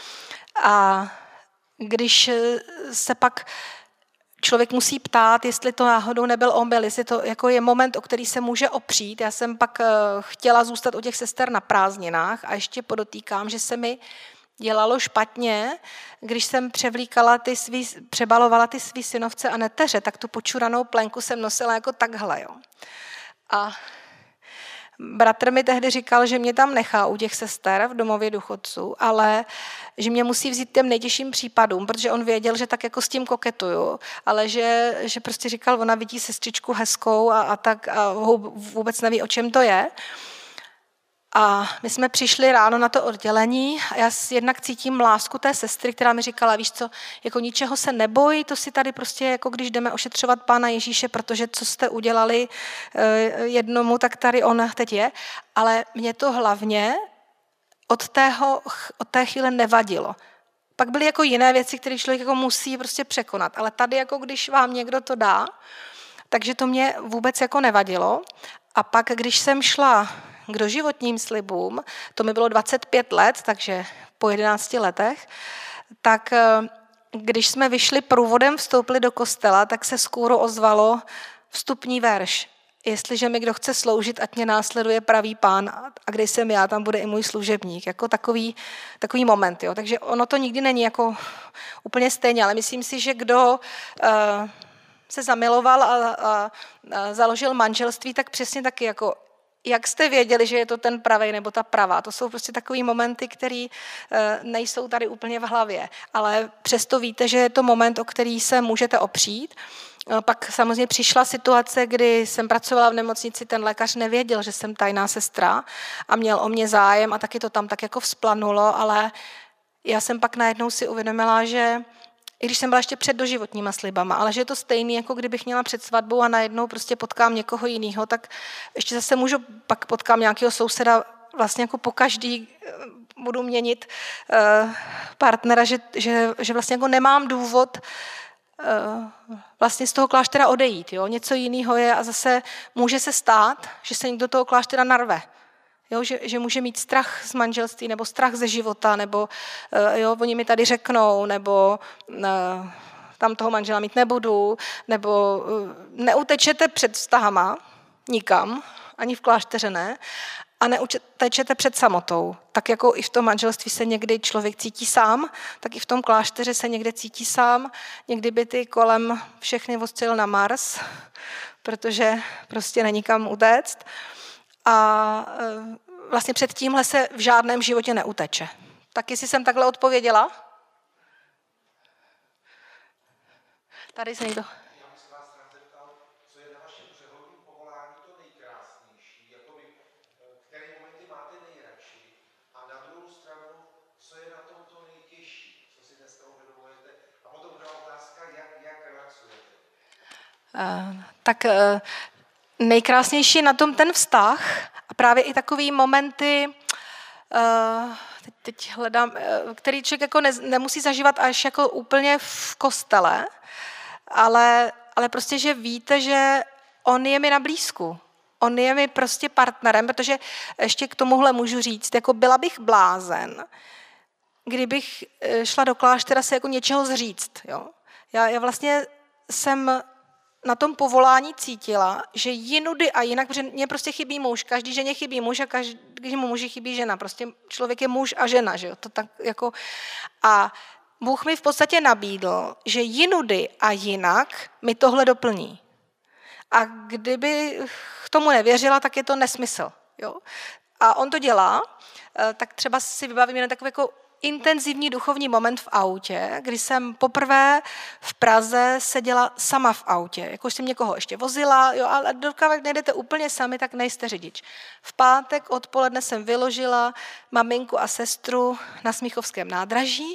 A: A když se pak člověk musí ptát, jestli to náhodou nebyl omyl, jestli to jako je moment, o který se může opřít. Já jsem pak chtěla zůstat u těch sester na prázdninách a ještě podotýkám, že se mi dělalo špatně, když jsem přebalovala ty svý synovce a neteře, tak tu počuranou plenku jsem nosila jako takhle. Jo. A bratr mi tehdy říkal, že mě tam nechá u těch sester v domově důchodců, ale že mě musí vzít těm nejtěžším případům, protože on věděl, že tak jako s tím koketuju, ale že prostě říkal, ona vidí sestřičku hezkou a tak a vůbec neví, o čem to je. A my jsme přišli ráno na to oddělení a já jednak cítím lásku té sestry, která mi říkala, víš co, jako ničeho se neboj, to si tady prostě, jako když jdeme ošetřovat Pána Ježíše, protože co jste udělali jednomu, tak tady on teď je. Ale mě to hlavně od té chvíle nevadilo. Pak byly jako jiné věci, které člověk jako musí prostě překonat, ale tady jako když vám někdo to dá, takže to mě vůbec jako nevadilo. A pak, když jsem šla k doživotním slibům, to mi bylo 25 let, takže po 11 letech, tak když jsme vyšli průvodem, vstoupili do kostela, tak se skůru ozvalo vstupní verš. Jestliže mi kdo chce sloužit, ať mě následuje pravý pán a kde jsem já, tam bude i můj služebník. Jako takový moment. Jo. Takže ono to nikdy není jako úplně stejně, ale myslím si, že kdo se zamiloval a založil manželství, tak přesně taky jako jak jste věděli, že je to ten pravej nebo ta pravá. To jsou prostě takový momenty, které nejsou tady úplně v hlavě, ale přesto víte, že je to moment, o který se můžete opřít. Pak samozřejmě přišla situace, kdy jsem pracovala v nemocnici, ten lékař nevěděl, že jsem tajná sestra a měl o mě zájem a taky to tam tak jako vzplanulo, ale já jsem pak najednou si uvědomila, že i když jsem byla ještě před doživotníma slibama, ale že je to stejný, jako kdybych měla před svatbou a najednou prostě potkám někoho jiného, tak ještě zase pak potkám nějakého souseda, vlastně jako pokaždý budu měnit partnera, že vlastně jako nemám důvod vlastně z toho kláštera odejít. Jo? Něco jiného je a zase může se stát, že se někdo do toho kláštera narve. Jo, že může mít strach z manželství nebo strach ze života, nebo oni mi tady řeknou, nebo tam toho manžela mít nebudu, nebo neutečete před vztahama nikam, ani v klášteře ne, a neutečete před samotou. Tak jako i v tom manželství se někdy člověk cítí sám, tak i v tom klášteře se někde cítí sám. Někdy by ty kolem všechny odstřelil na Mars, protože prostě není kam utéct. A vlastně před tímhle se v žádném životě neuteče. Tak jestli jsem takhle odpověděla? Tady se někdo...
B: Já bych se vás rád zeptal, co je na vašem přehodním povolání to nejkrásnější, které momenty máte nejradši a na druhou stranu, co je na tom to nejtěžší, co si dneska uvědomujete. A potom druhá otázka, jak relaxujete?
A: Nejkrásnější na tom ten vztah a právě i takový momenty, teď hledám, který člověk jako nemusí zažívat až jako úplně v kostele, ale prostě, že víte, že on je mi na blízku. On je mi prostě partnerem, protože ještě k tomuhle můžu říct, jako byla bych blázen, kdybych šla do kláštera se jako něčeho zříct. Jo? Já vlastně jsem na tom povolání cítila, že jinudy a jinak, protože mně prostě chybí muž, každý ženě chybí muž a každému muži chybí žena. Prostě člověk je muž a žena, že jo? To tak jako... A Bůh mi v podstatě nabídl, že jinudy a jinak mi tohle doplní. A kdyby k tomu nevěřila, tak je to nesmysl. Jo? A on to dělá, tak třeba si vybavím jen takový jako intenzivní duchovní moment v autě, kdy jsem poprvé v Praze seděla sama v autě. Jako jsem někoho ještě vozila, jo, ale dokud nejdete úplně sami, tak nejste řidič. V pátek odpoledne jsem vyložila maminku a sestru na Smíchovském nádraží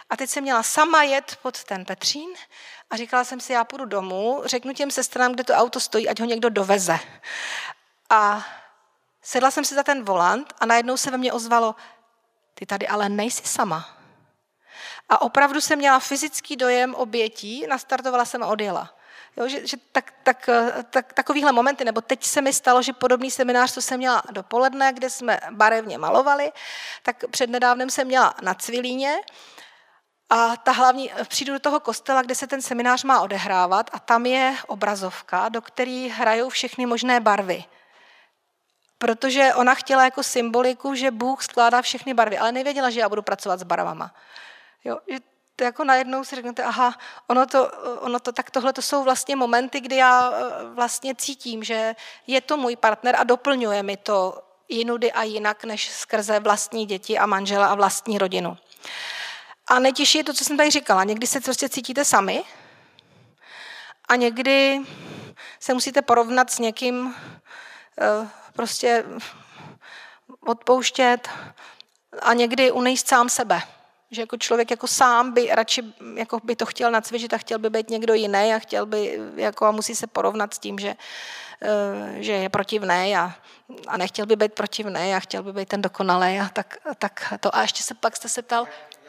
A: A teď jsem měla sama jet pod ten Petřín a říkala jsem si, já půjdu domů, řeknu těm sestrám, kde to auto stojí, ať ho někdo doveze. A sedla jsem si za ten volant a najednou se ve mně ozvalo, ty tady ale nejsi sama. A opravdu jsem měla fyzický dojem obětí, nastartovala jsem a odjela. Jo, že takovýhle momenty, nebo teď se mi stalo, že podobný seminář, co jsem měla dopoledne, kde jsme barevně malovali, tak přednedávnem jsem měla na Cvilíně a přijdu do toho kostela, kde se ten seminář má odehrávat a tam je obrazovka, do které hrajou všechny možné barvy. Protože ona chtěla jako symboliku, že Bůh skládá všechny barvy, ale nevěděla, že já budu pracovat s barvama. Jo, že to jako najednou si řeknete, aha, tak tohle to jsou vlastně momenty, kdy já vlastně cítím, že je to můj partner a doplňuje mi to jinudy a jinak, než skrze vlastní děti a manžela a vlastní rodinu. A nejtěžší je to, co jsem tady říkala. Někdy se prostě cítíte sami a někdy se musíte porovnat s někým, prostě odpouštět a někdy unejít sám sebe. Že jako člověk jako sám by radši jako by to chtěl nacvičit a chtěl by být někdo jiný a chtěl by jako a musí se porovnat s tím, že je protivnej a nechtěl by být protivnej a chtěl by být ten dokonalej a tak to. A ještě pak jste se ptal,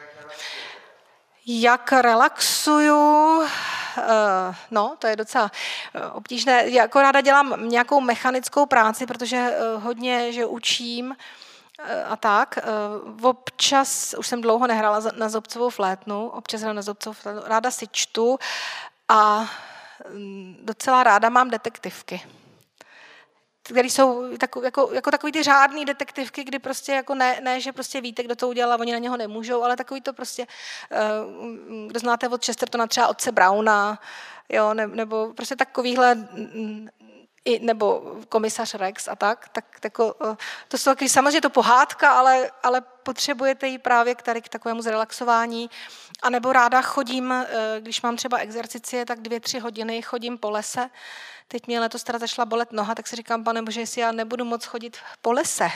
A: jak relaxuju. No, to je docela obtížné. Já jako ráda dělám nějakou mechanickou práci, protože hodně, že učím a tak. Občas, už jsem dlouho nehrála na zobcovou flétnu, občas hraju na zobcovou flétnu, ráda si čtu a docela ráda mám detektivky, které jsou jako takový ty řádný detektivky, kdy prostě jako ne, že prostě víte, kdo to udělal a oni na něho nemůžou, ale takový to prostě, kdo znáte od Chestertona, třeba otce Browna, jo, nebo prostě takovýhle, nebo komisař Rex a tak jako, to jsou takový, samozřejmě to pohádka, ale potřebujete ji právě k takovému zrelaxování. A nebo ráda chodím, když mám třeba exercicie, tak 2-3 hodiny chodím po lese. Teď mě letos teda začala bolet noha, tak si říkám, Pane Bože, jestli já nebudu moc chodit po lese,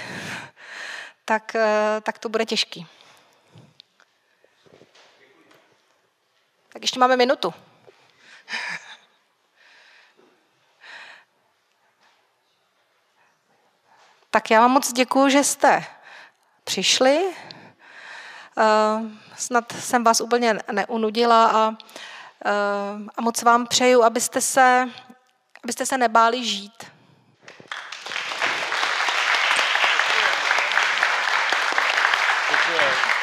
A: tak to bude těžký. Tak ještě máme minutu. Tak já vám moc děkuju, že jste přišli. Snad jsem vás úplně neunudila a moc vám přeju, abyste se nebáli žít.
C: Děkuji.